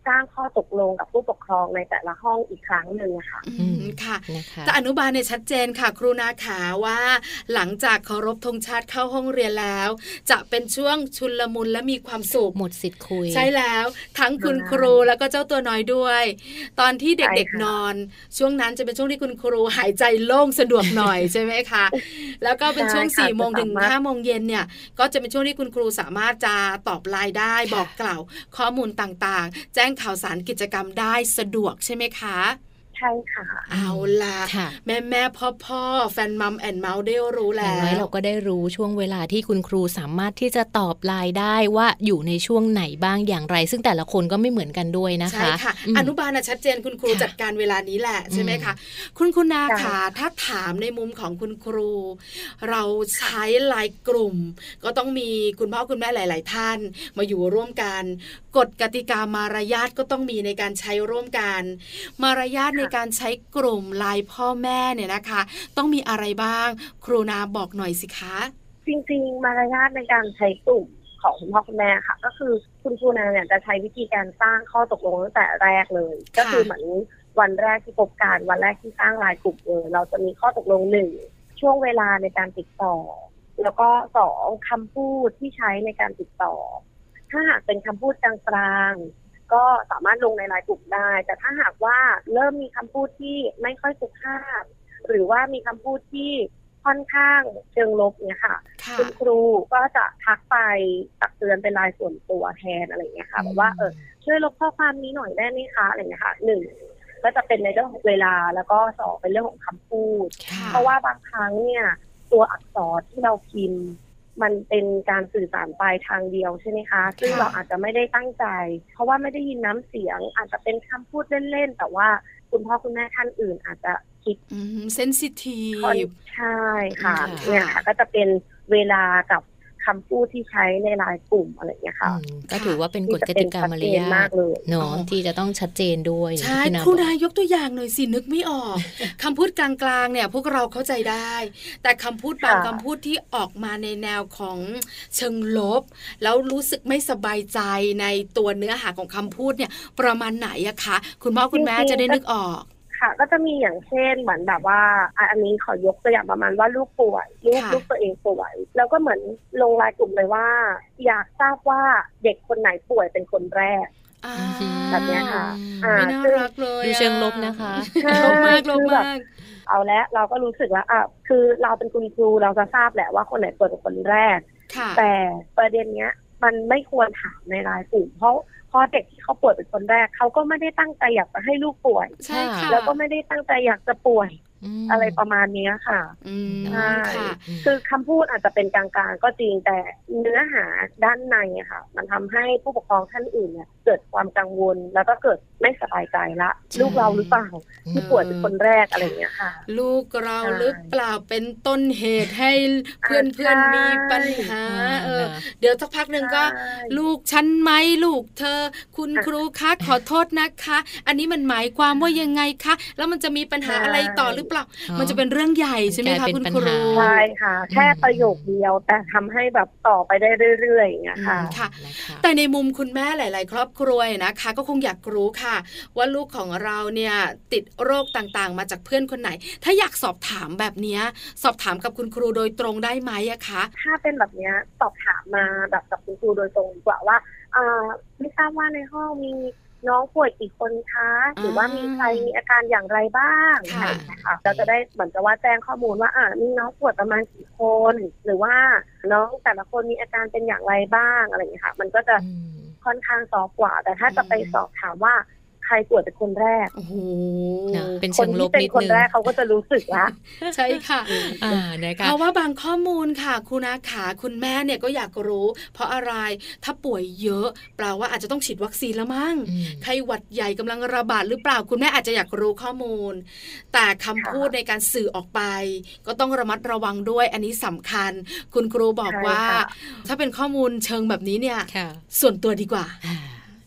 สร้างข้อตกลงกับผู้ปกครองในแต่ละห้องอีกครั้งหนึ่งค่ะค่ะแต่อนุบาลเนี่ยชัดเจนค่ะครูนาขาว่าหลังจากเคารพธงชาติเข้าห้องเรียนแล้วจะเป็นช่วงชุลมุนและมีความสุขหมดสิทธิ์คุยใช่แล้วทั้งคุณครูแล้วก็เจ้าตัวน้อยด้วยตอนที่เด็กๆนอนช่วงนั้นจะเป็นช่วงที่คุณครูหายใจโล่งสะดวกหน่อยใช่ไหมคะแล้วก็เป็นช่วง 4 โมงถึง 5 โมงเย็นเนี่ยก็จะเป็นช่วงที่คุณครูสามารถจะตอบไลน์ได้บอกกล่าวข้อมูลต่างๆแจ้งข่าวสารกิจกรรมได้สะดวกใช่ไหมคะใช่ค่ะเอาล่ะแม่พ่อแฟนมัมแอนด์เมาส์ได้รู้แล้วเราก็ได้รู้ช่วงเวลาที่คุณครูสามารถที่จะตอบไลน์ได้ว่าอยู่ในช่วงไหนบ้างอย่างไรซึ่งแต่ละคนก็ไม่เหมือนกันด้วยนะคะใช่ค่ะอนุบาลชัดเจนคุณครูจัดการเวลานี้แหละใช่ไหมคะคุณนาค่ะถ้าถามในมุมของคุณครูเราใช้ไลน์กลุ่มก็ต้องมีคุณพ่อคุณแม่หลายๆท่านมาอยู่ร่วมกันกฎกติกามารยาทก็ต้องมีในการใช้ร่วมกันมารยาทในการใช้กลุ่มไลน์พ่อแม่เนี่ยนะคะต้องมีอะไรบ้างครูนาบอกหน่อยสิคะจริงๆมารยาทในการใช้กลุ่มของคุณพ่อคุณแม่ค่ะก็คือคุณครูนาเนี่ยจะใช้วิธีการสร้างข้อตกลงตั้งแต่แรกเลยก็คือเหมือนวันแรกที่พบกันวันแรกที่สร้างไลน์กลุ่มเลยเราจะมีข้อตกลง1ช่วงเวลาในการติดต่อแล้วก็2คำพูดที่ใช้ในการติดต่อถ้าหากเป็นคำพูดกลางๆก็สามารถลงในไลน์กลุ่มได้แต่ถ้าหากว่าเริ่มมีคำพูดที่ไม่ค่อยสุภาพหรือว่ามีคำพูดที่ค่อนข้างเชิงลบเนี่ยค่ะคุณครูก็จะทักไปตักเตือนเป็นรายส่วนตัวแทนอะไรอย่างเงี้ยค่ะแบบว่าช่วยลบข้อความนี้หน่อยได้ไหมคะอะไรอย่างเงี้ยค่ะ1ก็จะเป็นในเรื่องของเวลาแล้วก็2เป็นเรื่องของคำพูดเพราะว่าบางครั้งเนี่ยตัวอักษรที่เราพิมพ์มันเป็นการสื่อสารปลายทางเดียวใช่ไหมคะซึ่งเราอาจจะไม่ได้ตั้งใจเพราะว่าไม่ได้ยินน้ำเสียงอาจจะเป็นคำพูดเล่นๆแต่ว่าคุณพ่อคุณแม่ท่านอื่นอาจจะคิดเซนซิทีฟใช่ค่ะเนี่ยค่ะก็จะเป็นเวลากับคำพูดที่ใช้ในไลน์กลุ่มอะไรอย่างเงี้ยค่ะก็ถือว่าเป็นกฎกติกามารยาทเนาะที่จะต้องชัดเจนด้วยใช่ครูนายกตัวอย่างหน่อยสินึกไม่ออกคำพูดกลางๆเนี่ยพวกเราเข้าใจได้แต่คำพูดบางคำพูดที่ออกมาในแนวของเชิงลบแล้วรู้สึกไม่สบายใจในตัวเนื้อหาของคำพูดเนี่ยประมาณไหนอะคะคุณพ่อคุณแม่จะได้นึกออกค่ะก็จะมีอย่างเช่นเหมือนแบบว่าอันนี้ขอยกตัวอย่างประมาณว่าลูกป่วยลูกตัวเองป่วยแล้วก็เหมือนลงรายกลุ่มเลยว่าอยากทราบว่าเด็กคนไหนป่วยเป็นคนแรกแบบนี้ค่ะไม่น่ารักเลยดูเชิงลบนะคะลบมากลบมากเอาละเราก็รู้สึกว่าคือเราเป็นคุณครูเราจะทราบแหละว่าคนไหนป่วยเป็นคนแรกแต่ประเด็นเนี้ยมันไม่ควรถามในรายกลุ่มเพราะเด็กที่เขาป่วยเป็นคนแรกเขาก็ไม่ได้ตั้งใจอยากจะให้ลูกป่วยใช่ค่ะแล้วก็ไม่ได้ตั้งใจอยากจะป่วยอะไรประมาณนี้ค่ะใช่คือคำพูดอาจจะเป็นกลางๆก็จริงแต่เนื้อหาด้านในค่ะมันทำให้ผู้ปกครองท่านอื่นเนี่ยเกิดความกังวลแล้วก็เกิดไม่สบายใจละลูกเราหรือเปล่าที่ป่วยเป็นคนแรกอะไรอย่างเงี้ยค่ะลูกเราหรือเปล่าเป็นต้นเหตุให้เพื่อนมีปัญหาเดี๋ยวสักพักนึงก็ลูกฉันไหมลูกเธอคุณครูคะขอโทษนะคะอันนี้มันหมายความว่ายังไงคะแล้วมันจะมีปัญหาอะไรต่อหรือเปล่ามันจะเป็นเรื่องใหญ่ใช่ไหมคะคุณครูใช่ค่ะแค่ประโยคเดียวแต่ทำให้แบบต่อไปได้เรื่อยๆอย่างเงี้ยค่ะแต่ในมุมคุณแม่หลายๆครอบครัวนะคะก็คงอยากรู้ค่ะว่าลูกของเราเนี่ยติดโรคต่างๆมาจากเพื่อนคนไหนถ้าอยากสอบถามแบบนี้สอบถามกับคุณครูโดยตรงได้ไหมอะคะถ้าเป็นแบบนี้สอบถามมาแบบกับคุณครูโดยตรงดีกว่าว่าไม่ทราบว่าในห้องมีน้องป่วยกี่คนคะหรือว่ามีใครมีอาการอย่างไรบ้างค่ะเราจะได้เหมือนกับว่าแจ้งข้อมูลว่ามีน้องป่วยประมาณกี่คนหรือว่าน้องแต่ละคนมีอาการเป็นอย่างไรบ้างอะไรอย่างเงี้ยค่ะมันก็จะค่อนข้างซอฟกว่าแต่ถ้าจะไปสอบถามว่าใครป่วยเป็นคนแรกเป็นเชิงลบนิดนึงคนแรกเขาก็จะรู้สึกละใช่ค่ะเพราะว่าบางข้อมูลค่ะคุณอาขาคุณแม่เนี่ยก็อยากรู้เพราะอะไรถ้าป่วยเยอะแปลว่าอาจจะต้องฉีดวัคซีนแล้วมั้งไข้หวัดใหญ่กำลังระบาดหรือเปล่าคุณแม่อาจจะอยากรู้ข้อมูลแต่คำพูดในการสื่อออกไปก็ต้องระมัดระวังด้วยอันนี้สำคัญคุณครูบอกว่าถ้าเป็นข้อมูลเชิงแบบนี้เนี่ยส่วนตัวดีกว่า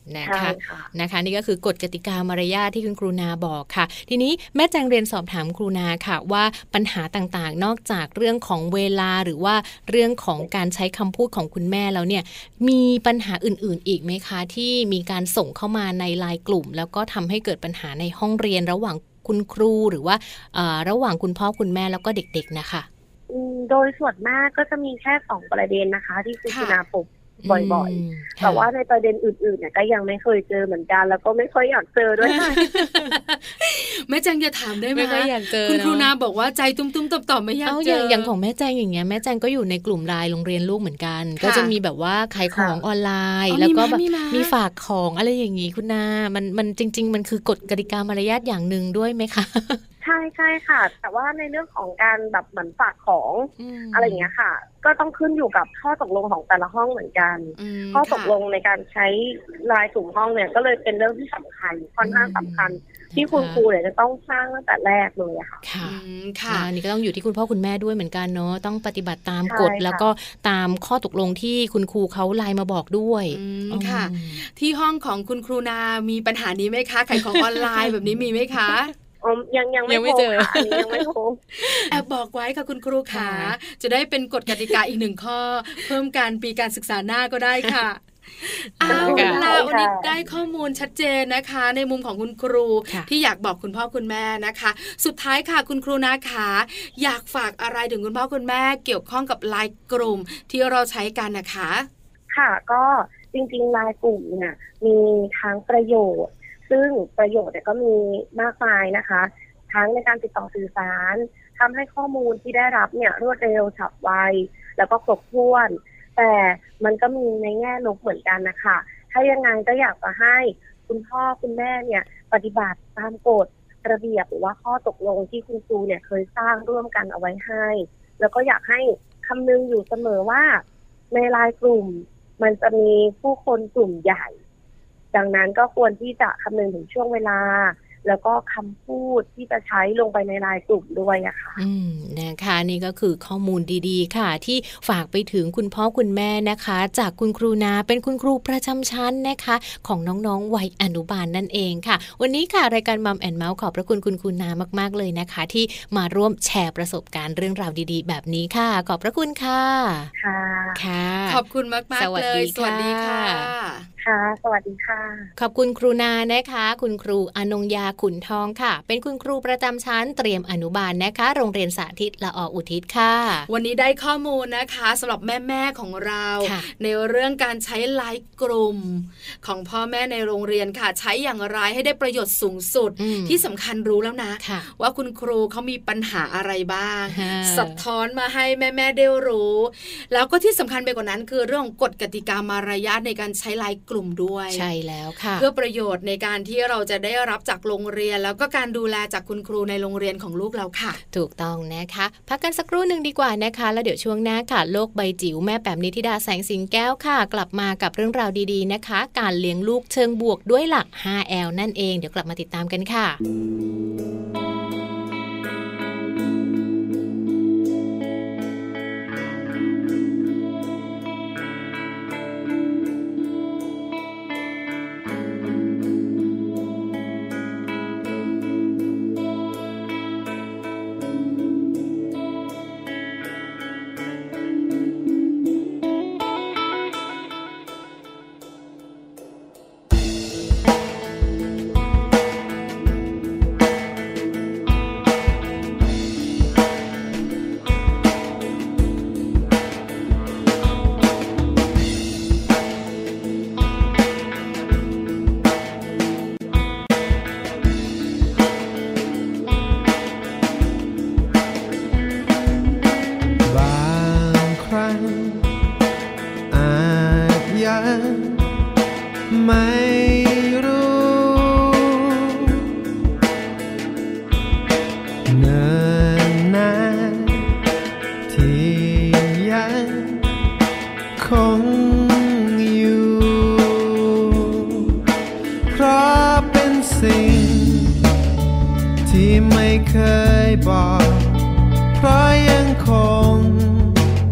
นะคะนี่ก็คือกฎกติกามารยาทที่คุณครูนาบอกค่ะทีนี้แม่แจงเรียนสอบถามครูนาค่ะว่าปัญหาต่างๆนอกจากเรื่องของเวลาหรือว่าเรื่องของการใช้คำพูดของคุณแม่แล้วเนี่ยมีปัญหาอื่นๆอีกไหมคะที่มีการส่งเข้ามาในไลน์กลุ่มแล้วก็ทำให้เกิดปัญหาในห้องเรียนระหว่างคุณครูหรือว่าระหว่างคุณพ่อคุณแม่แล้วก็เด็กๆนะคะโดยส่วนมากก็จะมีแค่2ประเด็นนะคะที่คุณนาพบบ่อยๆแต่ว่าในประเด็นอื่นๆเนี่ยก็ยังไม่เคยเจอเหมือนกันแล้วก็ไม่ค่อยอยากเจอด้วยแม่แจงจะถามได้ไหมไม่ค่อยอยากเจอคุณครูนาบอกว่าใจตุ้มๆต่อๆไม่อยากเจออย่างของแม่แจงอย่างเงี้ยแม่แจงก็อยู่ในกลุ่มไลน์โรงเรียนลูกเหมือนกันก็จะมีแบบว่าขายของออนไลน์แล้วก็แบบมีฝากของอะไรอย่างงี้คุณนามันจริงๆมันคือกฎกติกามารยาทอย่างนึงด้วยไหมคะใช่ค่ะแต่ว่าในเรื่องของการแบบเหมือนฝากของอะไรอย่างเงี้ยค่ะก็ต้องขึ้นอยู่กับข้อตกลงของแต่ละห้องเหมือนกันข้อตกลงในการใช้รายกลุ่มห้องเนี่ยก็เลยเป็นเรื่องที่สำคัญค่อนข้างสำคัญที่คุณครูเนี่ยจะต้องสร้างตั้งแต่แรกเลยค่ะค่ะนี่ก็ต้องอยู่ที่คุณพ่อคุณแม่ด้วยเหมือนกันเนาะต้องปฏิบัติตามกฎแล้วก็ตามข้อตกลงที่คุณครูเขาไลน์มาบอกด้วยค่ะที่ห้องของคุณครูนามีปัญหานี้ไหมคะขายของออนไลน์แบบนี้มีไหมคะยังไม่เจอค่ะยังไม่พบแอบบอกไว้ค่ะคุณครูขาจะได้เป็นกฎกติกาอีก1ข้อเพิ่มการปีการศึกษาหน้าก็ได้ค่ะเอาล่ะวันนี้ได้ข้อมูลชัดเจนนะคะในมุมของคุณครูที่อยากบอกคุณพ่อคุณแม่นะคะสุดท้ายค่ะคุณครูนะคะอยากฝากอะไรถึงคุณพ่อคุณแม่เกี่ยวข้องกับไลน์กลุ่มที่เราใช้กันนะคะค่ะก็จริงๆไลน์กลุ่มเนี่ยมีทั้งประโยชน์ซึ่งประโยชน์เนี่ยก็มีมากมายนะคะทั้งในการติดต่อสื่อสารทำให้ข้อมูลที่ได้รับเนี่ยรวดเร็วฉับไวแล้วก็ครบถ้วนแต่มันก็มีในแง่ลบเหมือนกันนะคะถ้ายังไงก็อยากจะให้คุณพ่อคุณแม่เนี่ยปฏิบัติตามกฎระเบียบหรือว่าข้อตกลงที่คุณครูเนี่ยเคยสร้างร่วมกันเอาไว้ให้แล้วก็อยากให้คำนึงอยู่เสมอว่าในไลน์กลุ่มมันจะมีผู้คนกลุ่มใหญ่ดังนั้นก็ควรที่จะคำนึงถึงช่วงเวลาแล้วก็คำพูดที่จะใช้ลงไปในไลน์กลุ่มด้วยอะค่ะนะคะนี่ก็คือข้อมูลดีๆค่ะที่ฝากไปถึงคุณพ่อคุณแม่นะคะจากคุณครูนาเป็นคุณครูประจำชั้นนะคะของน้องๆวัยอนุบาลนั่นเองค่ะวันนี้ค่ะรายการมัมแอนด์เมาส์ขอบพระคุณคุณครูนามากๆเลยนะคะที่มาร่วมแชร์ประสบการณ์เรื่องราวดีๆแบบนี้ค่ะขอบพระคุณค่ะค่ะขอบคุณมากๆเลยสวัสดีค่ะค่ะสวัสดีค่ะขอบคุณครูนานะคะคุณครูอนงยาขุนทองค่ะเป็นคุณครูประจำชั้นเตรียมอนุบาลนะคะโรงเรียนสาธิตละออุทิศค่ะวันนี้ได้ข้อมูลนะคะสำหรับแม่ๆของเราในเรื่องการใช้ไลน์กลุ่มของพ่อแม่ในโรงเรียนค่ะใช้อย่างไรให้ได้ประโยชน์สูงสุดที่สำคัญรู้แล้วนะว่าคุณครูเขามีปัญหาอะไรบ้างสะท้อนมาให้แม่ๆได้รู้แล้วก็ที่สำคัญไปกว่านั้นคือเรื่องกฎกติกามารยาทในการใช้ไลน์กลุ่มด้วยใช่แล้วค่ะเพื่อประโยชน์ในการที่เราจะได้รับจากโรงเรียนแล้วก็การดูแลจากคุณครูในโรงเรียนของลูกเราค่ะถูกต้องนะคะพักกันสักครู่นึงดีกว่านะคะแล้วเดี๋ยวช่วงหน้าค่ะโลกใบจิ๋วแม่แป๋มนิธิดาแสงสิงแก้วค่ะกลับมากับเรื่องราวดีๆนะคะการเลี้ยงลูกเชิงบวกด้วยหลัก 5L นั่นเองเดี๋ยวกลับมาติดตามกันค่ะ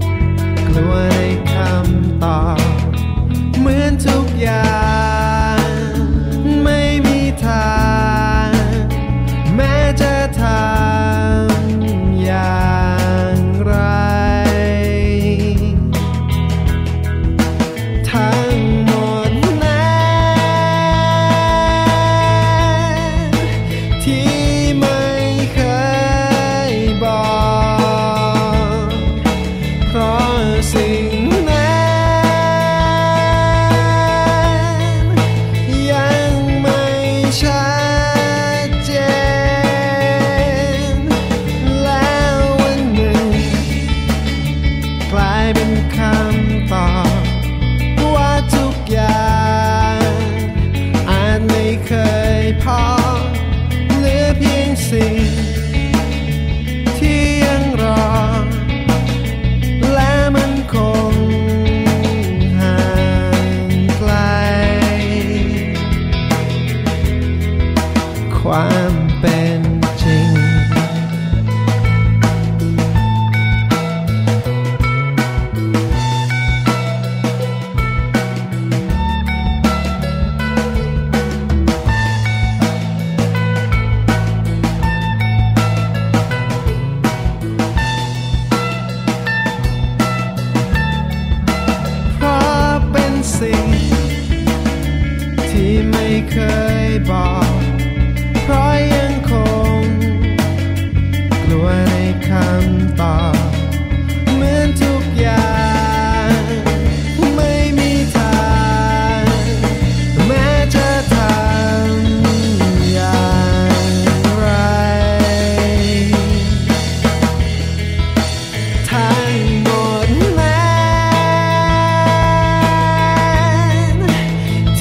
เหมือนทุกอย่าง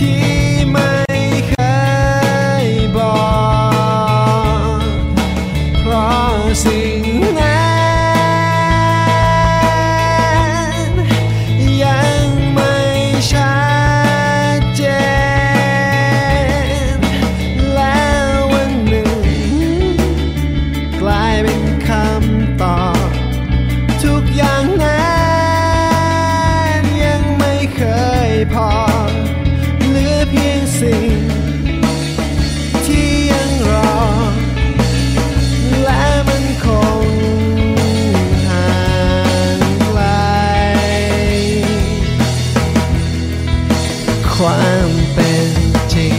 ที่ไม่เคยบอกเพราะสิ่งนั้นยังไม่ชัดเจนแล้ววันหนึ่งกลายเป็นคำตอบทุกอย่างนั้นยังไม่เคยพอเหลือเพียงสิ่งที่ยังรอและมันคงห่างไกลความเป็นจริง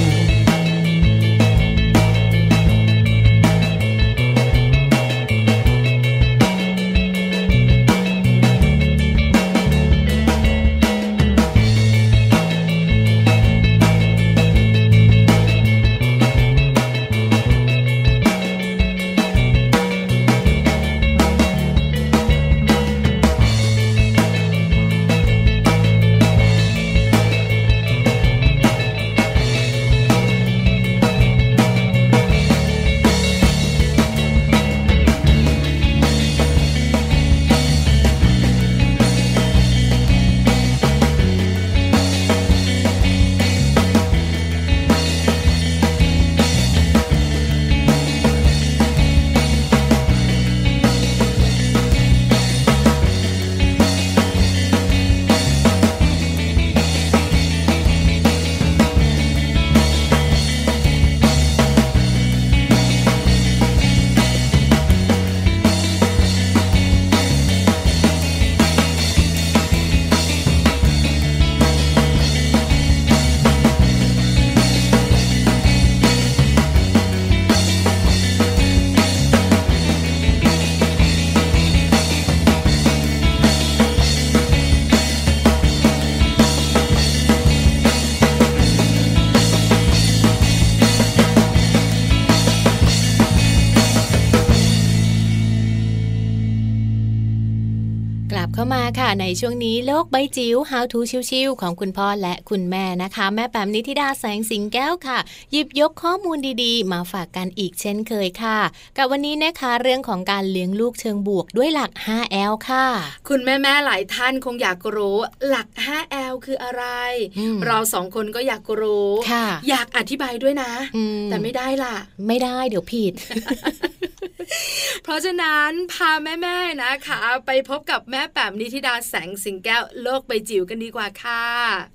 เข้ามาค่ะในช่วงนี้โลกใบจิ๋ว How to ชิวๆของคุณพ่อและคุณแม่นะคะแม่แปมนิธิดาแสงสิงแก้วค่ะหยิบยกข้อมูลดีๆมาฝากกันอีกเช่นเคยค่ะกับวันนี้นะคะเรื่องของการเลี้ยงลูกเชิงบวกด้วยหลัก 5L ค่ะคุณแม่ๆหลายท่านคงอยากรู้หลัก 5L คืออะไรเราสองคนก็อยากรู้อยากอธิบายด้วยนะแต่ไม่ได้ล่ะไม่ได้เดี๋ยวผิดเพราะฉะนั้นพาแม่ๆนะคะไปพบกับแม่แปมนิธิดาแสงสิงแก้วโลกใบจิ๋วกันดีกว่าค่ะ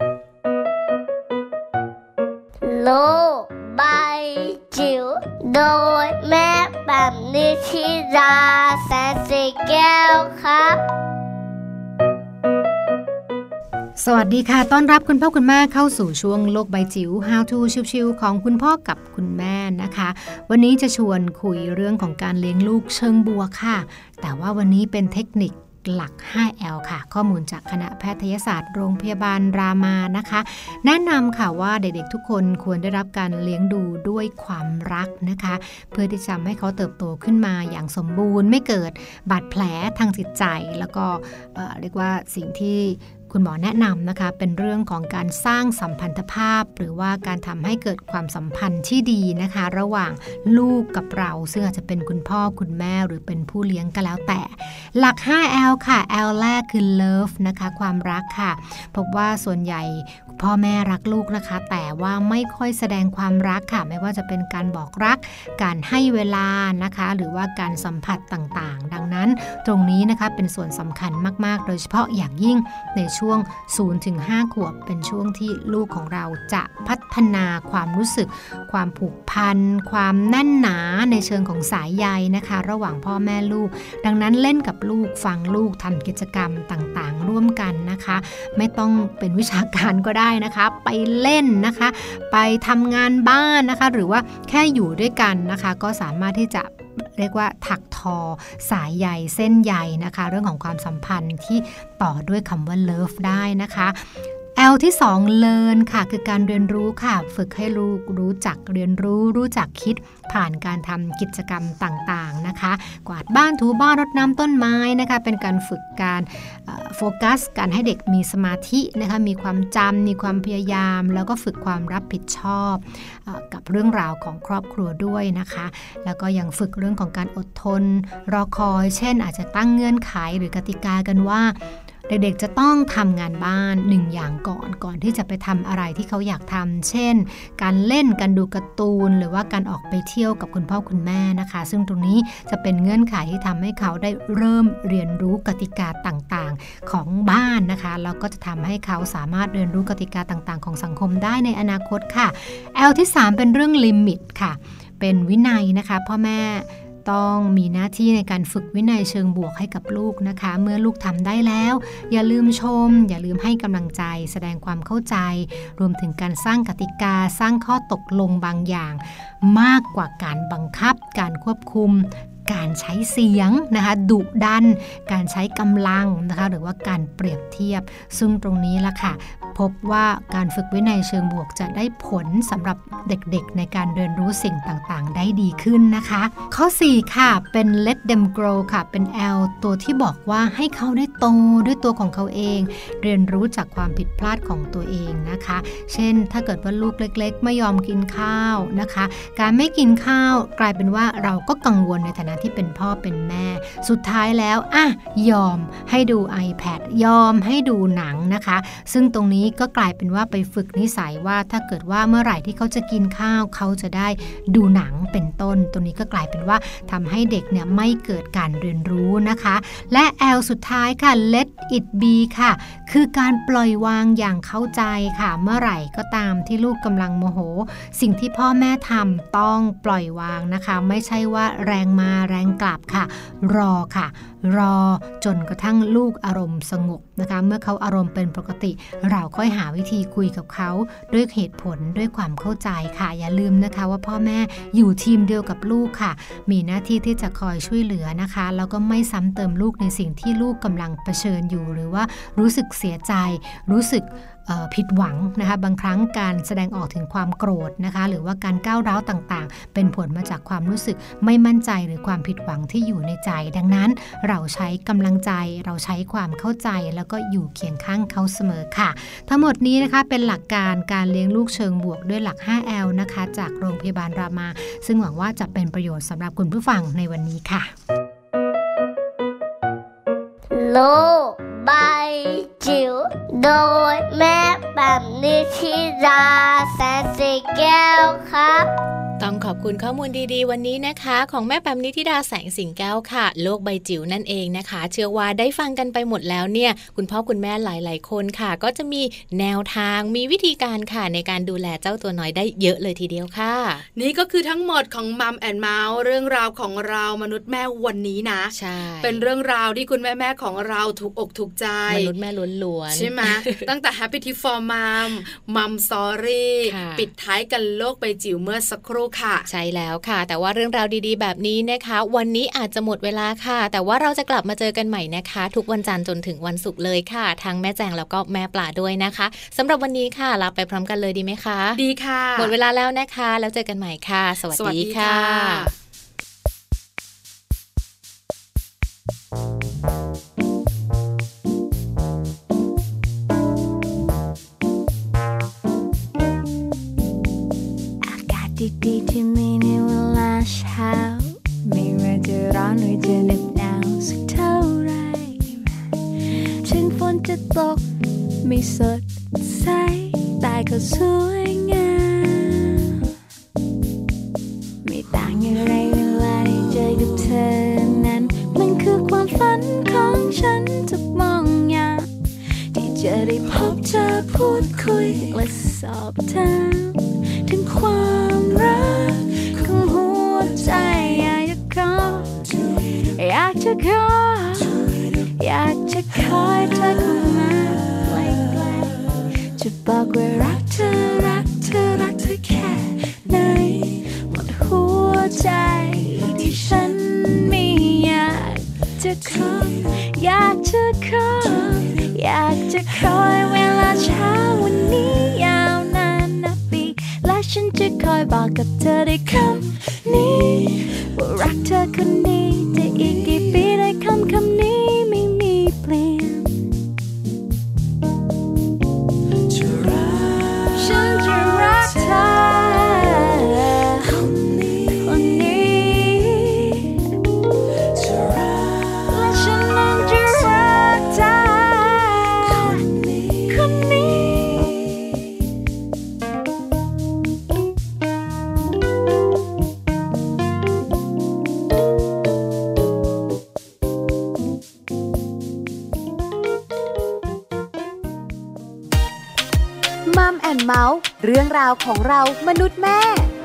โลกใบจิ๋วโดยแม่แปมนิธิดาแสงสิงแก้วครับสวัสดีค่ะต้อนรับคุณพ่อคุณแม่เข้าสู่ช่วงโลกใบจิ๋ว How to ชิวๆของคุณพ่อกับคุณแม่นะคะวันนี้จะชวนคุยเรื่องของการเลี้ยงลูกเชิงบวกค่ะแต่ว่าวันนี้เป็นเทคนิคหลัก 5L ค่ะข้อมูลจากคณะแพทยศาสตร์โรงพยาบาลรามานะคะแนะนำค่ะว่าเด็กๆทุกคนควรได้รับการเลี้ยงดูด้วยความรักนะคะเพื่อที่จะให้เขาเติบโตขึ้นมาอย่างสมบูรณ์ไม่เกิดบาดแผลทางจิตใจแล้วก็เรียกว่าสิ่งที่คุณหมอแนะนำนะคะเป็นเรื่องของการสร้างสัมพันธภาพหรือว่าการทำให้เกิดความสัมพันธ์ที่ดีนะคะระหว่างลูกกับเราซึ่งอาจจะเป็นคุณพ่อคุณแม่หรือเป็นผู้เลี้ยงก็แล้วแต่หลัก 5L ค่ะ L แรกคือ love นะคะความรักค่ะพบว่าส่วนใหญ่พ่อแม่รักลูกนะคะแต่ว่าไม่ค่อยแสดงความรักค่ะไม่ว่าจะเป็นการบอกรักการให้เวลานะคะหรือว่าการสัมผัสต่างๆดังนั้นตรงนี้นะคะเป็นส่วนสำคัญมากๆโดยเฉพาะอย่างยิ่งในช่วง 0-5 ขวบเป็นช่วงที่ลูกของเราจะพัฒนาความรู้สึกความผูกพันความแน่นหนาในเชิงของสายใยนะคะระหว่างพ่อแม่ลูกดังนั้นเล่นกับลูกฟังลูกทำกิจกรรมต่างๆร่วมกันนะคะไม่ต้องเป็นวิชาการก็ได้นะคะไปเล่นนะคะไปทำงานบ้านนะคะหรือว่าแค่อยู่ด้วยกันนะคะก็สามารถที่จะเรียกว่าถักทอสายใยเส้นใยนะคะเรื่องของความสัมพันธ์ที่ต่อด้วยคำว่า love ได้นะคะ L ที่2 Learn ค่ะคือการเรียนรู้ค่ะฝึกให้ลูกรู้จักเรียนรู้จักคิดผ่านการทำกิจกรรมต่างๆนะคะกวาดบ้านถูบ้านรดน้ำต้นไม้นะคะเป็นการฝึกการโฟกัสการให้เด็กมีสมาธินะคะมีความจำมีความพยายามแล้วก็ฝึกความรับผิดชอบกับเรื่องราวของครอบครัวด้วยนะคะแล้วก็ยังฝึกเรื่องของการอดทนรอคอยเช่นอาจจะตั้งเงื่อนไขหรือกติกากันว่าเด็กๆจะต้องทำงานบ้าน1อย่างก่อนที่จะไปทำอะไรที่เขาอยากทำเช่นการเล่นการดูการ์ตูนหรือว่าการออกไปเที่ยวกับคุณพ่อคุณแม่นะคะซึ่งตรงนี้จะเป็นเงื่อนไขที่ทำให้เขาได้เริ่มเรียนรู้กติกาต่างๆของบ้านนะคะแล้วก็จะทำให้เขาสามารถเรียนรู้กติกาต่างๆของสังคมได้ในอนาคตค่ะ L ที่3เป็นเรื่องลิมิตค่ะเป็นวินัยนะคะพ่อแม่ต้องมีหน้าที่ในการฝึกวินัยเชิงบวกให้กับลูกนะคะเมื่อลูกทำได้แล้วอย่าลืมชมอย่าลืมให้กำลังใจแสดงความเข้าใจรวมถึงการสร้างกติกาสร้างข้อตกลงบางอย่างมากกว่าการบังคับการควบคุมการใช้เสียงนะคะดุดันการใช้กำลังนะคะหรือว่าการเปรียบเทียบซึ่งตรงนี้ล่ะค่ะพบว่าการฝึกวินัยเชิงบวกจะได้ผลสำหรับเด็กๆในการเรียนรู้สิ่งต่างๆได้ดีขึ้นนะคะข้อ4ค่ะเป็น let them grow ค่ะเป็น L ตัวที่บอกว่าให้เขาได้โตด้วยตัวของเขาเองเรียนรู้จากความผิดพลาดของตัวเองนะคะเช่นถ้าเกิดว่าลูกเล็กๆไม่ยอมกินข้าวนะคะการไม่กินข้าวกลายเป็นว่าเราก็กังวลในฐานะที่เป็นพ่อเป็นแม่สุดท้ายแล้วยอมให้ดู iPad ยอมให้ดูหนังนะคะซึ่งตรงนี้ก็กลายเป็นว่าไปฝึกนิสัยว่าถ้าเกิดว่าเมื่อไหร่ที่เขาจะกินข้าวเขาจะได้ดูหนังเป็นต้นตรงนี้ก็กลายเป็นว่าทำให้เด็กเนี่ยไม่เกิดการเรียนรู้นะคะและ L สุดท้ายค่ะ let it be ค่ะคือการปล่อยวางอย่างเข้าใจค่ะเมื่อไหร่ก็ตามที่ลูกกำลังโมโหสิ่งที่พ่อแม่ทำต้องปล่อยวางนะคะไม่ใช่ว่าแรงมาแรงกลับค่ะรอค่ะรอจนกระทั่งลูกอารมณ์สงบนะคะเมื่อเขาอารมณ์เป็นปกติเราค่อยหาวิธีคุยกับเขาด้วยเหตุผลด้วยความเข้าใจค่ะอย่าลืมนะคะว่าพ่อแม่อยู่ทีมเดียวกับลูกค่ะมีหน้าที่ที่จะคอยช่วยเหลือนะคะแล้วก็ไม่ซ้ำเติมลูกในสิ่งที่ลูกกำลังเผชิญอยู่หรือว่ารู้สึกเสียใจรู้สึกผิดหวังนะคะบางครั้งการแสดงออกถึงความโกรธนะคะหรือว่าการก้าวร้าวต่างๆเป็นผลมาจากความรู้สึกไม่มั่นใจหรือความผิดหวังที่อยู่ในใจดังนั้นเราใช้กำลังใจเราใช้ความเข้าใจแล้วก็อยู่เคียงข้างเขาเสมอค่ะทั้งหมดนี้นะคะเป็นหลักการการเลี้ยงลูกเชิงบวกด้วยหลัก 5L นะคะจากโรงพยาบาลรามาซึ่งหวังว่าจะเป็นประโยชน์สำหรับคุณผู้ฟังในวันนี้ค่ะโลกใบจิ๋วโดยแม่แบบนิชิราแสนสีแก้วครับต้องขอบคุณข้อมูลดีๆวันนี้นะคะของแม่แปมนิธิดาแสงสิงแก้วค่ะโลกใบจิ๋วนั่นเองนะคะเชื่อว่าได้ฟังกันไปหมดแล้วเนี่ยคุณพ่อคุณแม่หลายๆคนค่ะก็จะมีแนวทางมีวิธีการค่ะในการดูแลเจ้าตัวน้อยได้เยอะเลยทีเดียวค่ะนี่ก็คือทั้งหมดของมัมแอนด์เมาส์เรื่องราวของเรามนุษย์แม่วันนี้นะใช่เป็นเรื่องราวที่คุณแม่ๆของเราถูกอกถูกใจมนุษย์แม่ล้วนๆใช่ไหม ตั้งแต่ Happy Tip for Mom Mom Story ปิดท้ายกันโลกใบจิ๋วเมื่อสักครู่ค่ะใช่แล้วค่ะแต่ว่าเรื่องราวดีๆแบบนี้นะคะวันนี้อาจจะหมดเวลาค่ะแต่ว่าเราจะกลับมาเจอกันใหม่นะคะทุกวันจันทร์จนถึงวันศุกร์เลยค่ะทั้งแม่แจงแล้วก็แม่ปลาด้วยนะคะสำหรับวันนี้ค่ะลาไปพร้อมกันเลยดีไหมคะดีค่ะหมดเวลาแล้วนะคะแล้วเจอกันใหม่ค่ะสวัสดีค่ะดีๆที่มีในเวลาเช้าไม่ว่าจะร้อนหรือจะเหน็บหนาวสักเท่าไรถึงฝนจะตกไม่สดใสแต่ก็สวยงามไม่ต่างอย่างไรเวลาได้เจอกับเธอนั้นมันคือความฝันของฉันทุกมองอย่างที่จะได้พบเธอพูดคุยและสอบถามถึงความรักของหัวใจอยากจะขออยากจะคอยเธอเข้ามาใกล้ๆจะบอกว่ารักเธอแค่ไหนหมดหัวใจที่ฉันมีอยากจะคอยเวลาเช้าจะคอยบอกกับเธอได้คำนี้ว่ารักเธอคนนี้จะอีกกี่ปีได้คำนี้ไม่มีเปลี่ยนฉันจะรักเธอคนนี้และฉันนั้นจะรักเธอคนนี้มัมแอนด์เมาส์เรื่องราวของเรามนุษย์แม่